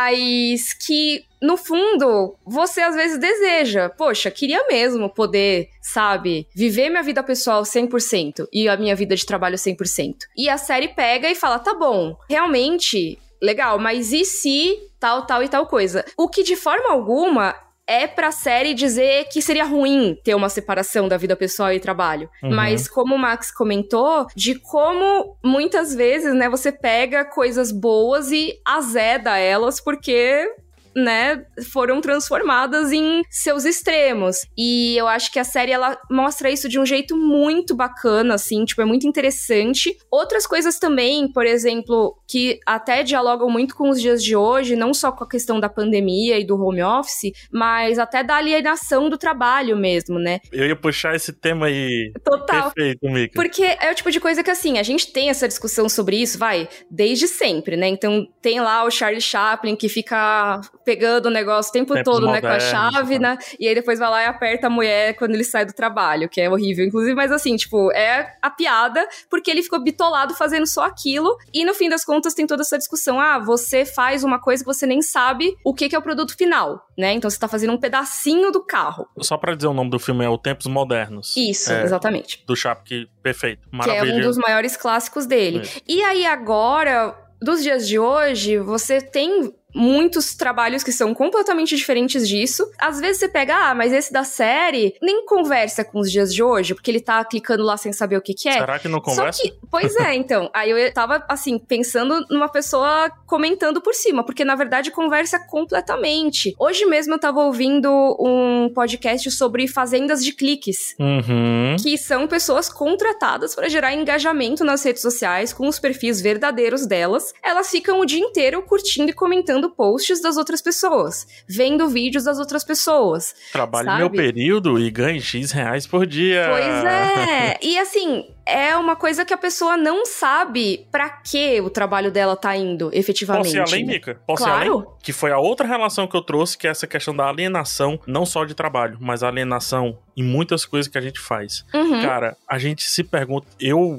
Mas que, no fundo, você às vezes deseja, poxa, queria mesmo poder, sabe, viver minha vida pessoal 100% e a minha vida de trabalho 100%. E a série pega e fala, tá bom, realmente, legal, mas e se tal, tal e tal coisa? O que de forma alguma é pra série dizer que seria ruim ter uma separação da vida pessoal e trabalho. Mas como o Max comentou, de como muitas vezes, né, você pega coisas boas e azeda elas porque, né, foram transformadas em seus extremos. E eu acho que a série, ela mostra isso de um jeito muito bacana, assim, tipo, é muito interessante. Outras coisas também, por exemplo, que até dialogam muito com os dias de hoje, não só com a questão da pandemia e do home office, mas até da alienação do trabalho mesmo, né? Eu ia puxar esse tema aí. Total. Perfeito, Mika. Porque é o tipo de coisa que, assim, a gente tem essa discussão sobre isso, desde sempre, né? Então, tem lá o Charlie Chaplin que fica pegando o negócio o tempo todo, né, com a chave, né, e aí depois vai lá e aperta a mulher quando ele sai do trabalho, que é horrível, inclusive, mas assim, tipo, é a piada, porque ele ficou bitolado fazendo só aquilo, e no fim das contas tem toda essa discussão, você faz uma coisa que você nem sabe o que é o produto final, né, então você tá fazendo um pedacinho do carro. Só pra dizer o nome do filme, é O Tempos Modernos. Isso, exatamente. Do Chaplin, perfeito, maravilha. Que é um dos maiores clássicos dele. E aí agora, dos dias de hoje, você tem muitos trabalhos que são completamente diferentes disso. Às vezes você pega, mas esse da série nem conversa com os dias de hoje, porque ele tá clicando lá sem saber o que é. Será que não conversa? Só que, pois é, então. Aí eu tava, assim, pensando numa pessoa comentando por cima, porque na verdade conversa completamente. Hoje mesmo eu tava ouvindo um podcast sobre fazendas de cliques, que são pessoas contratadas para gerar engajamento nas redes sociais com os perfis verdadeiros delas. Elas ficam o dia inteiro curtindo e comentando posts das outras pessoas, vendo vídeos das outras pessoas. Trabalho meu período e ganhe X por dia. Pois é. E assim, é uma coisa que a pessoa não sabe pra que o trabalho dela tá indo, efetivamente. Posso ir além, Mika? Posso ir além? Que foi a outra relação que eu trouxe, que é essa questão da alienação, não só de trabalho, mas a alienação em muitas coisas que a gente faz. Cara, a gente se pergunta, eu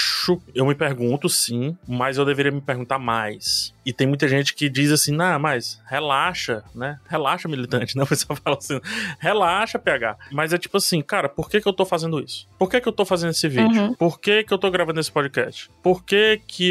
me pergunto sim, mas eu deveria me perguntar mais. E tem muita gente que diz assim, mas relaxa, né? Relaxa, militante, né? O pessoal fala assim, relaxa, PH. Mas é tipo assim, cara, por que eu tô fazendo isso? Por que eu tô fazendo esse vídeo? Por que eu tô gravando esse podcast? Por que eu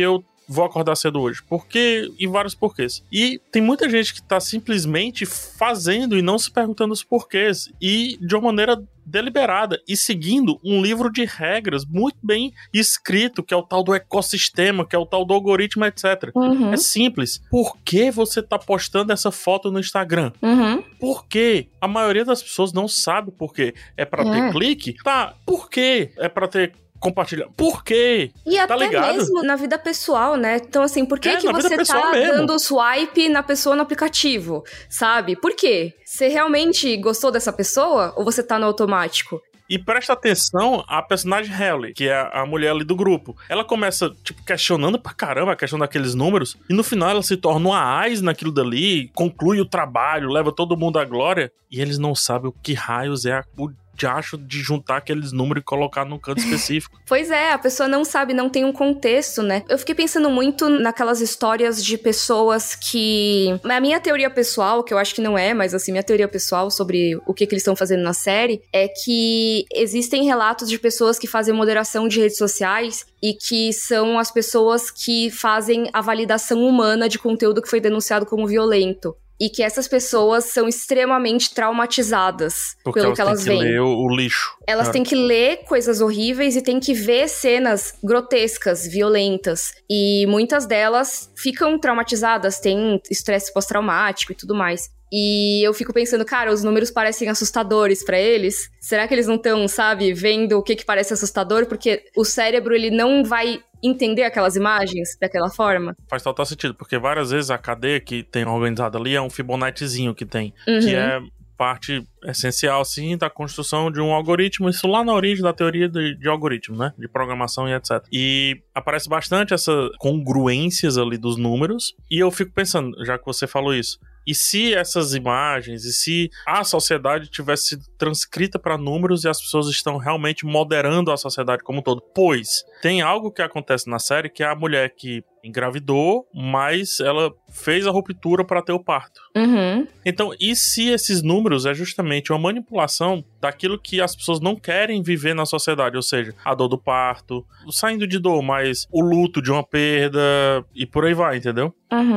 vou acordar cedo hoje? Por quê? E vários porquês. E tem muita gente que tá simplesmente fazendo e não se perguntando os porquês. E de uma maneira deliberada e seguindo um livro de regras muito bem escrito, que é o tal do ecossistema, que é o tal do algoritmo, etc. É simples. Por que você tá postando essa foto no Instagram? Por quê? A maioria das pessoas não sabe por quê. É pra ter clique? Tá. Por quê? É pra ter compartilhar. Por quê? E tá até ligado? mesmo na vida pessoal, né? Então, assim, por que você tá dando swipe na pessoa no aplicativo? Sabe? Por quê? Você realmente gostou dessa pessoa? Ou você tá no automático? E presta atenção a personagem Halle, que é a mulher ali do grupo. Ela começa, tipo, questionando pra caramba a questão daqueles números, e no final ela se torna uma AIS naquilo dali, conclui o trabalho, leva todo mundo à glória, e eles não sabem o que raios é o diacho de juntar aqueles números e colocar num canto específico. Pois é, a pessoa não sabe, não tem um contexto, né? Eu fiquei pensando muito naquelas histórias de pessoas que... A minha teoria pessoal, que eu acho que não é, mas assim, minha teoria pessoal sobre o que eles estão fazendo na série, é que existem relatos de pessoas que fazem moderação de redes sociais e que são as pessoas que fazem a validação humana de conteúdo que foi denunciado como violento. E que essas pessoas são extremamente traumatizadas pelo que elas veem. Porque elas têm que ler o lixo. Elas têm que ler coisas horríveis e têm que ver cenas grotescas, violentas. E muitas delas ficam traumatizadas, têm estresse pós-traumático e tudo mais. E eu fico pensando, cara, os números parecem assustadores pra eles. Será que eles não estão, sabe, vendo o que parece assustador? Porque o cérebro, ele não vai entender aquelas imagens daquela forma. Faz total sentido, porque várias vezes a cadeia que tem organizada ali é um Fibonaccizinho que tem, que é parte essencial, sim, da construção de um algoritmo, isso lá na origem da teoria de algoritmo, né, de programação e etc. E aparece bastante essas congruências ali dos números, e eu fico pensando, já que você falou isso, e se essas imagens, e se a sociedade tivesse sido transcrita para números e as pessoas estão realmente moderando a sociedade como um todo? Pois, tem algo que acontece na série que é a mulher que engravidou, mas ela fez a ruptura para ter o parto. Então, e se esses números é justamente uma manipulação daquilo que as pessoas não querem viver na sociedade, ou seja, a dor do parto, saindo de dor, mas o luto de uma perda e por aí vai, entendeu?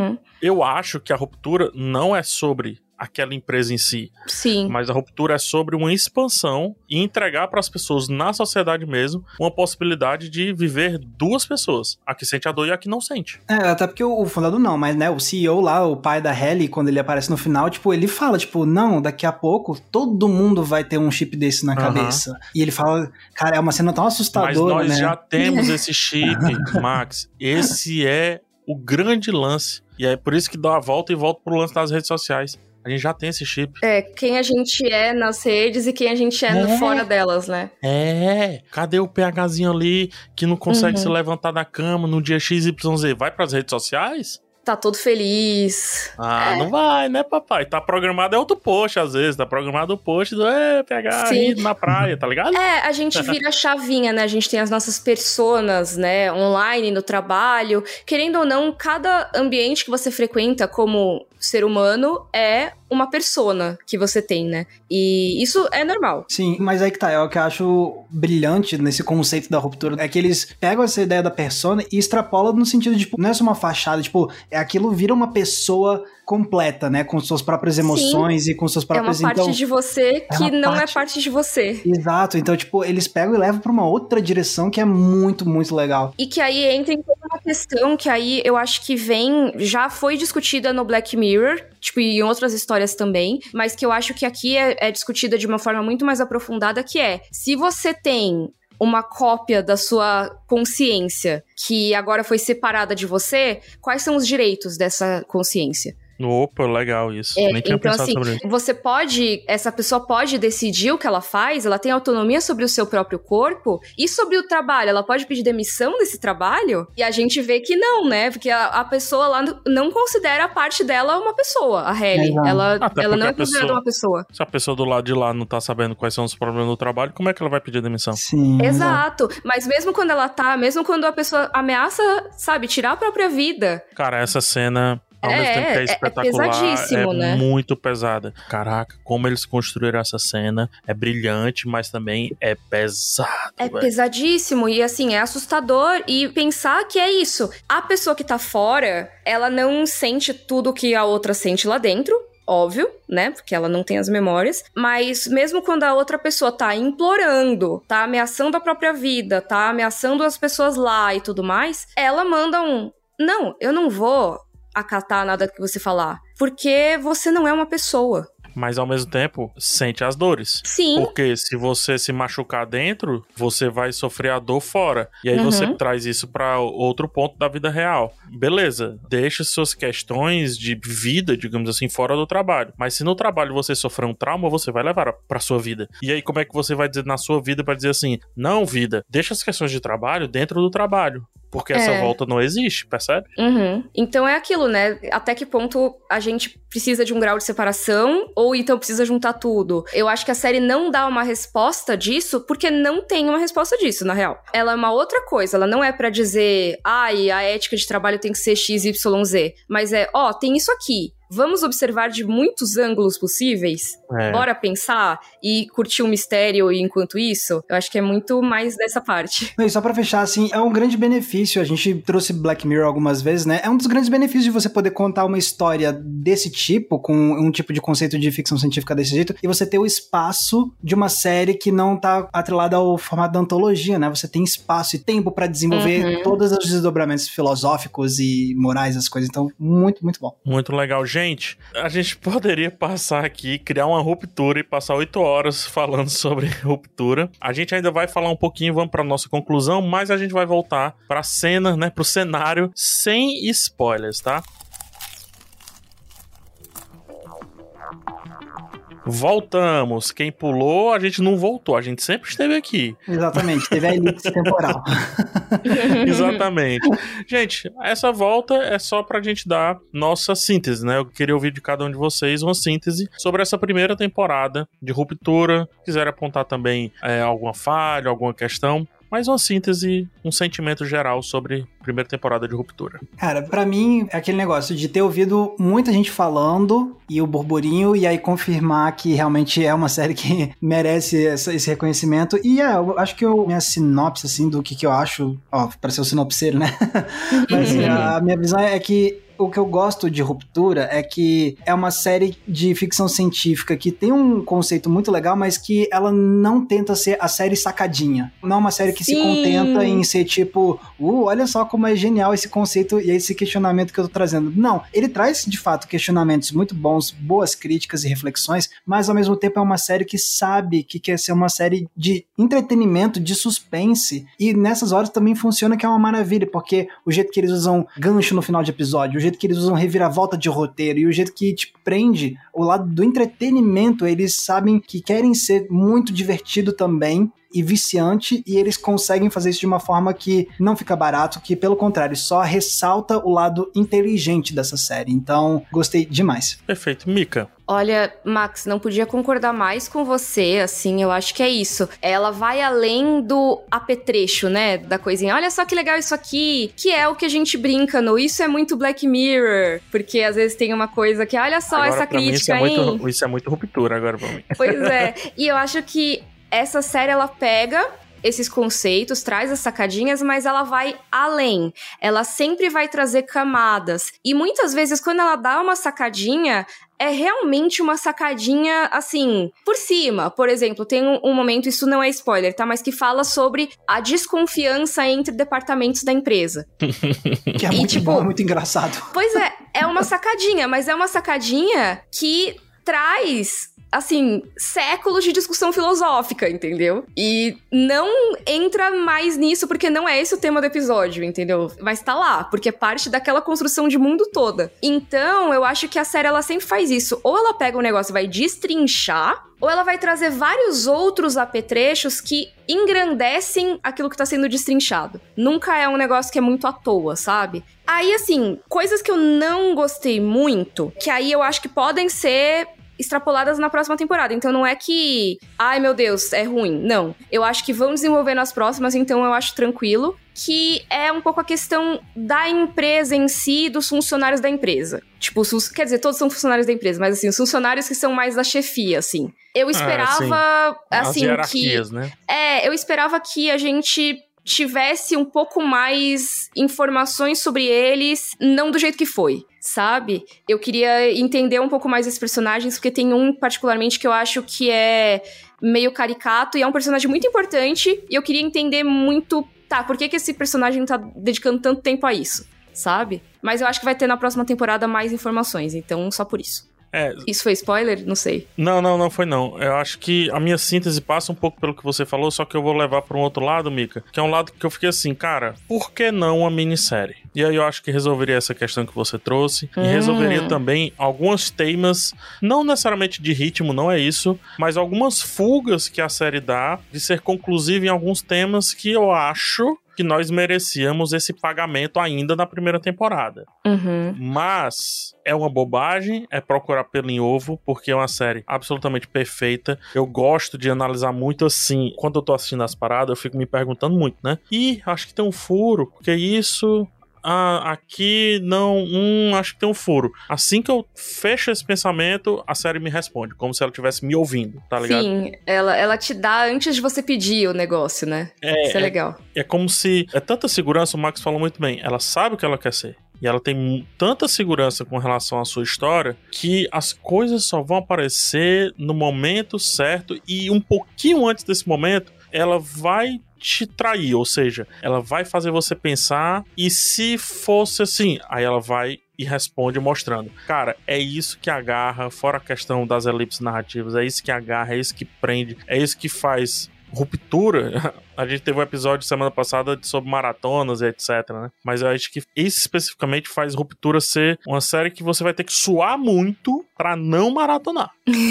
Eu acho que a ruptura não é sobre aquela empresa em si. Sim. Mas a ruptura é sobre uma expansão e entregar para as pessoas na sociedade mesmo uma possibilidade de viver duas pessoas. A que sente a dor e a que não sente. Até porque o fundador não, mas né, o CEO lá, o pai da Halle, quando ele aparece no final, tipo, ele fala, tipo, não, daqui a pouco todo mundo vai ter um chip desse na cabeça. E ele fala, cara, é uma cena tão assustadora, mas nós né? já temos esse chip, Max. Esse é o grande lance. E é por isso que dá a volta e volta pro lance das redes sociais. A gente já tem esse chip. É, quem a gente é nas redes e quem a gente é fora delas, né? Cadê o PHzinho ali que não consegue se levantar da cama no dia XYZ? Vai pras redes sociais? Tá todo feliz. Não vai, né, papai? Tá programado outro post, às vezes. Tá programado o post do PH indo na praia, tá ligado? A gente vira chavinha, né? A gente tem as nossas personas, né? Online, no trabalho. Querendo ou não, cada ambiente que você frequenta como ser humano é uma persona que você tem, né? E isso é normal. Sim, mas aí que tá, é o que eu acho brilhante nesse conceito da ruptura, é que eles pegam essa ideia da persona e extrapolam no sentido de, tipo, não é só uma fachada, tipo, aquilo vira uma pessoa completa, né? Com suas próprias emoções e com suas próprias... É uma parte de você que não é parte de você. Exato, então, tipo, eles pegam e levam pra uma outra direção que é muito, muito legal. E que aí entra em toda uma questão que aí eu acho que já foi discutida no Black Mirror, tipo, e em outras histórias também, mas que eu acho que aqui é discutida de uma forma muito mais aprofundada, que é, se você tem uma cópia da sua consciência que agora foi separada de você, quais são os direitos dessa consciência? Opa, legal isso. Nem tinha então, pensado sobre isso. Essa pessoa pode decidir o que ela faz, ela tem autonomia sobre o seu próprio corpo e sobre o trabalho. Ela pode pedir demissão desse trabalho? E a gente vê que não, né? Porque a pessoa lá não considera a parte dela uma pessoa, a Halle. Ela não é considerada uma pessoa. Se a pessoa do lado de lá não tá sabendo quais são os problemas do trabalho, como é que ela vai pedir demissão? Sim. Exato. Mas mesmo quando a pessoa ameaça, sabe, tirar a própria vida. Cara, essa cena... Ao mesmo tempo que é espetacular, pesadíssimo, né? Muito pesada. Caraca, como eles construíram essa cena. É brilhante, mas também é pesado. É pesadíssimo e, assim, é assustador. E pensar que é isso. A pessoa que tá fora, ela não sente tudo que a outra sente lá dentro. Óbvio, né? Porque ela não tem as memórias. Mas mesmo quando a outra pessoa tá implorando, tá ameaçando a própria vida, tá ameaçando as pessoas lá e tudo mais, ela manda não, eu não vou acatar nada que você falar. Porque você não é uma pessoa. Mas ao mesmo tempo, sente as dores. Sim. Porque se você se machucar dentro, você vai sofrer a dor fora. E aí você traz isso pra outro ponto da vida real. Beleza, deixa suas questões de vida, digamos assim, fora do trabalho. Mas se no trabalho você sofrer um trauma, você vai levar pra sua vida. E aí como é que você vai dizer na sua vida pra dizer assim, não, vida, deixa as questões de trabalho dentro do trabalho. Porque essa volta não existe, percebe? Então é aquilo, né? Até que ponto a gente precisa de um grau de separação ou então precisa juntar tudo? Eu acho que a série não dá uma resposta disso porque não tem uma resposta disso, na real. Ela é uma outra coisa, ela não é pra dizer a ética de trabalho tem que ser XYZ, mas tem isso aqui. Vamos observar de muitos ângulos possíveis? Bora pensar e curtir o mistério enquanto isso? Eu acho que é muito mais dessa parte. E só pra fechar, assim, é um grande benefício, a gente trouxe Black Mirror algumas vezes, né? É um dos grandes benefícios de você poder contar uma história desse tipo, com um tipo de conceito de ficção científica desse jeito, e você ter o espaço de uma série que não tá atrelada ao formato da antologia, né? Você tem espaço e tempo pra desenvolver todos os desdobramentos filosóficos e morais, as coisas. Então, muito, muito bom. Muito legal. Gente, a gente poderia passar aqui, criar uma ruptura e passar 8 horas falando sobre ruptura. A gente ainda vai falar um pouquinho, vamos pra nossa conclusão, mas a gente vai voltar pra cena, né, pro cenário, sem spoilers, tá? Voltamos. Quem pulou, a gente não voltou. A gente sempre esteve aqui. Exatamente. Teve a elipse temporal. Exatamente. Gente, essa volta é só pra gente dar nossa síntese, né? Eu queria ouvir de cada um de vocês uma síntese sobre essa primeira temporada de Ruptura. Quiser apontar também alguma falha, alguma questão. Mais uma síntese, um sentimento geral sobre a primeira temporada de Ruptura. Cara, pra mim, é aquele negócio de ter ouvido muita gente falando e o burburinho, e aí confirmar que realmente é uma série que merece esse reconhecimento. E eu acho que minha sinopse, assim, do que eu acho, pra ser o sinopseiro, né? Mas a minha visão é que o que eu gosto de Ruptura é que é uma série de ficção científica que tem um conceito muito legal, mas que ela não tenta ser a série sacadinha. Não é uma série que se contenta em ser tipo, olha só como é genial esse conceito e esse questionamento que eu tô trazendo. Não, ele traz de fato questionamentos muito bons, boas críticas e reflexões, mas ao mesmo tempo é uma série que sabe que quer ser uma série de entretenimento, de suspense, e nessas horas também funciona, que é uma maravilha, porque o jeito que eles usam gancho no final de episódio, o jeito que eles usam reviravolta de roteiro e o jeito que te prende, o lado do entretenimento, eles sabem que querem ser muito divertido também e viciante, e eles conseguem fazer isso de uma forma que não fica barato, que pelo contrário, só ressalta o lado inteligente dessa série. Então, gostei demais. Perfeito. Mika? Olha, Max, não podia concordar mais com você, assim, eu acho que é isso. Ela vai além do apetrecho, né, da coisinha. Olha só que legal isso aqui, que é o que a gente brinca no isso é muito Black Mirror, porque às vezes tem uma coisa que, olha só agora, essa crítica, mim, isso é muito Ruptura agora pra mim. Pois é, e eu acho que essa série, ela pega esses conceitos, traz as sacadinhas, mas ela vai além. Ela sempre vai trazer camadas. E muitas vezes, quando ela dá uma sacadinha, é realmente uma sacadinha, assim, por cima. Por exemplo, tem um momento, isso não é spoiler, tá? Mas que fala sobre a desconfiança entre departamentos da empresa. Que é muito bom, muito engraçado. Pois é uma sacadinha, mas é uma sacadinha que traz, assim, séculos de discussão filosófica, entendeu? E não entra mais nisso porque não é esse o tema do episódio, entendeu? Mas tá lá, porque é parte daquela construção de mundo toda. Então, eu acho que a série, ela sempre faz isso. Ou ela pega um negócio e vai destrinchar, ou ela vai trazer vários outros apetrechos que engrandecem aquilo que tá sendo destrinchado. Nunca é um negócio que é muito à toa, sabe? Aí, assim, coisas que eu não gostei muito, que aí eu acho que podem ser extrapoladas na próxima temporada. Então não é que, ai meu Deus, é ruim. Não. Eu acho que vão desenvolver nas próximas, então eu acho tranquilo. que é um pouco a questão da empresa em si e dos funcionários da empresa. Tipo, quer dizer, todos são funcionários da empresa, mas assim, os funcionários que são mais da chefia, assim. Eu esperava, assim, as hierarquias, né? eu esperava que a gente tivesse um pouco mais informações sobre eles, não do jeito que foi, sabe? Eu queria entender um pouco mais esses personagens, porque tem um particularmente que eu acho que é meio caricato e é um personagem muito importante, e eu queria entender muito, por que esse personagem tá dedicando tanto tempo a isso, sabe? Mas eu acho que vai ter na próxima temporada mais informações, então só por isso. Isso foi spoiler? Não sei. Não foi não. Eu acho que a minha síntese passa um pouco pelo que você falou, só que eu vou levar para um outro lado, Mika, que é um lado que eu fiquei assim, cara, por que não uma minissérie? E aí eu acho que resolveria essa questão que você trouxe e resolveria também alguns temas, não necessariamente de ritmo, não é isso, mas algumas fugas que a série dá de ser conclusiva em alguns temas que eu acho que nós merecíamos esse pagamento ainda na primeira temporada. Mas é uma bobagem, é procurar pelo em ovo, porque é uma série absolutamente perfeita. Eu gosto de analisar muito assim, quando eu tô assistindo as paradas, eu fico me perguntando muito, né? E acho que tem um furo, porque isso... aqui não, acho que tem um furo. Assim que eu fecho esse pensamento, a série me responde, como se ela estivesse me ouvindo, tá ligado? Sim, ela te dá antes de você pedir o negócio, né? Isso é legal. É como se... É tanta segurança, o Max falou muito bem, ela sabe o que ela quer ser. E ela tem tanta segurança com relação à sua história que as coisas só vão aparecer no momento certo e um pouquinho antes desse momento, ela vai te trair, ou seja, ela vai fazer você pensar e se fosse assim, aí ela vai e responde mostrando. Cara, é isso que agarra, fora a questão das elipses narrativas, é isso que agarra, é isso que prende, é isso que faz ruptura. A gente teve um episódio semana passada sobre maratonas e etc, né? Mas eu acho que isso especificamente faz Ruptura ser uma série que você vai ter que suar muito pra não maratonar.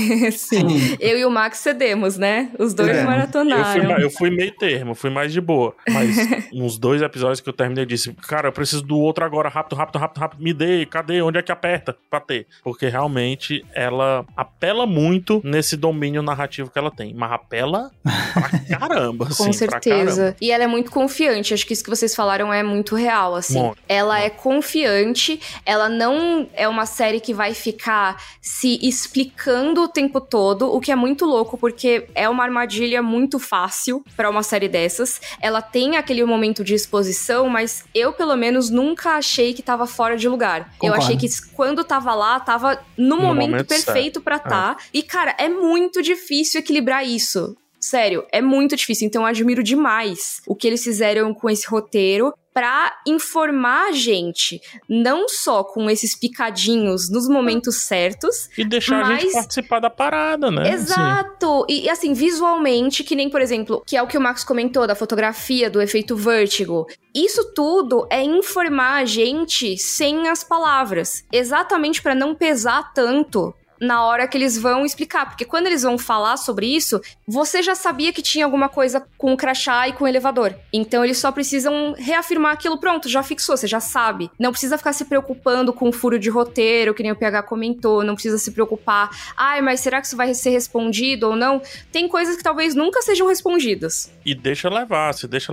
Sim. Eu e o Max cedemos, né? Os dois maratonaram. Eu fui meio termo, fui mais de boa. Mas uns 2 episódios que eu terminei, eu disse, cara, eu preciso do outro agora, rápido. Me dê, cadê? Onde é que aperta pra ter? Porque realmente ela apela muito nesse domínio narrativo que ela tem. Mas apela pra caramba, assim. Com certeza. E ela é muito confiante. Acho que isso que vocês falaram é muito real, assim. Ela é confiante, ela não é uma série que vai ficar se explicando o tempo todo, o que é muito louco, porque é uma armadilha muito fácil pra uma série dessas. Ela tem aquele momento de exposição, mas eu, pelo menos, nunca achei que tava fora de lugar. Concordo. Eu achei que quando tava lá, tava no momento perfeito pra tá. E, cara, é muito difícil equilibrar isso. Sério, é muito difícil. Então eu admiro demais o que eles fizeram com esse roteiro pra informar a gente, não só com esses picadinhos nos momentos certos, e deixar a gente participar da parada, né? Exato! E assim, visualmente, que nem, por exemplo, que é o que o Max comentou, da fotografia, do efeito vértigo. Isso tudo é informar a gente sem as palavras, exatamente pra não pesar tanto na hora que eles vão explicar, porque quando eles vão falar sobre isso, você já sabia que tinha alguma coisa com o crachá e com o elevador, então eles só precisam reafirmar aquilo, pronto, já fixou, você já sabe, não precisa ficar se preocupando com o furo de roteiro, que nem o PH comentou, não precisa se preocupar, mas será que isso vai ser respondido ou não? Tem coisas que talvez nunca sejam respondidas. E deixa levar,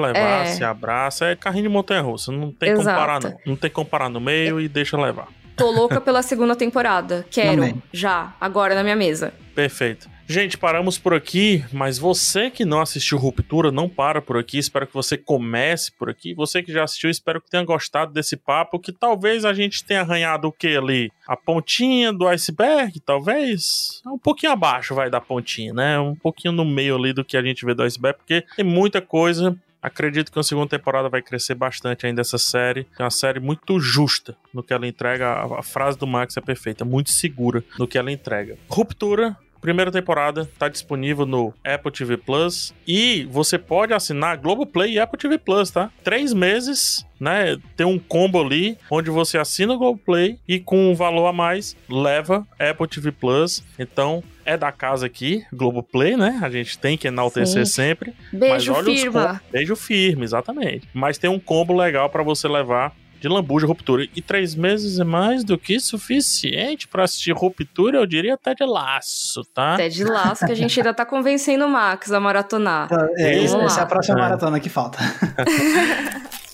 se abraça, é carrinho de montanha-russa, não tem como parar não tem como parar no meio e deixa levar. Tô louca pela segunda temporada. Quero, já, agora na minha mesa. Perfeito. Gente, paramos por aqui, mas você que não assistiu Ruptura, não para por aqui. Espero que você comece por aqui. Você que já assistiu, espero que tenha gostado desse papo, que talvez a gente tenha arranhado o que ali? A pontinha do iceberg, talvez? Um pouquinho abaixo vai da pontinha, né? Um pouquinho no meio ali do que a gente vê do iceberg, porque tem muita coisa. Acredito que a segunda temporada vai crescer bastante ainda essa série. É uma série muito justa no que ela entrega. A frase do Max é perfeita, muito segura no que ela entrega. Ruptura, primeira temporada, tá disponível no Apple TV Plus. E você pode assinar Globoplay e Apple TV Plus, tá? 3 meses, né? Tem um combo ali, onde você assina o Globoplay e com um valor a mais, leva Apple TV Plus. Então, é da casa aqui, Globoplay, né? A gente tem que enaltecer sempre. Beijo, mas olha firma. Beijo firme, exatamente. Mas tem um combo legal pra você levar de lambuja Ruptura. E 3 meses é mais do que suficiente pra assistir Ruptura, eu diria até de laço, tá? Até de laço, que a gente ainda tá convencendo o Max a maratonar. Essa é a próxima maratona que falta.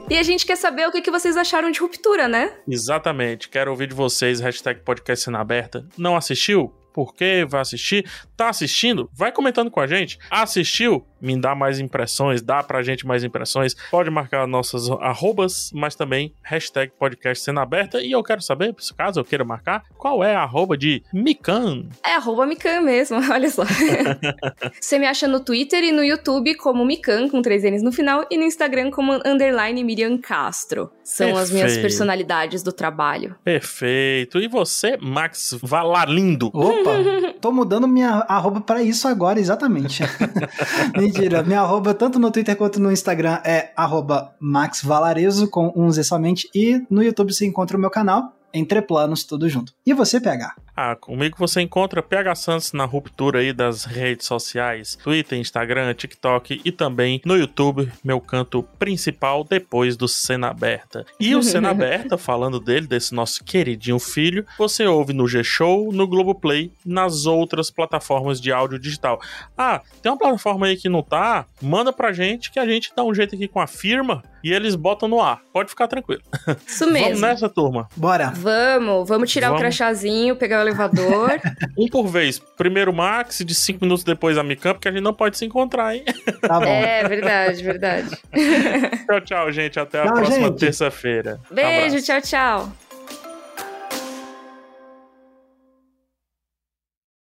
E a gente quer saber o que vocês acharam de Ruptura, né? Exatamente. Quero ouvir de vocês, #podcast Cena Aberta. Não assistiu? Por quê? Vai assistir? Tá assistindo? Vai comentando com a gente. Assistiu? Me dá mais impressões, dá pra gente mais impressões. Pode marcar nossas arrobas, mas também #podcast Cena Aberta. E eu quero saber, caso eu queira marcar, qual é a arroba de Mikan? É @Mikan mesmo, olha só. Você me acha no Twitter e no YouTube como Mikan, com 3 N's no final, e no Instagram como _Miriam Castro. São as minhas personalidades do trabalho. Perfeito. E você, Max Valalindo? Opa, tô mudando minha arroba pra isso agora, exatamente. Mentira, minha arroba tanto no Twitter quanto no Instagram é @MaxValarezo, com um Z somente, e no YouTube você encontra o meu canal, Entre Planos, tudo junto. E você, PH? Comigo você encontra PH Santos na Ruptura aí das redes sociais, Twitter, Instagram, TikTok e também no YouTube, meu canto principal depois do Cena Aberta. E o Cena Aberta, falando dele, desse nosso queridinho filho, você ouve no G-Show, no Globoplay, nas outras plataformas de áudio digital. Tem uma plataforma aí que não tá? Manda pra gente que a gente dá um jeito aqui com a firma e eles botam no ar. Pode ficar tranquilo. Isso mesmo. Vamos nessa, turma? Bora. Vamos tirar o crachazinho, pegar o elevador. Um por vez. Primeiro o Max, de 5 minutos depois a Mikan, porque a gente não pode se encontrar, hein? Tá bom. É, verdade. Tchau, gente. Até a próxima terça-feira. Beijo, tchau.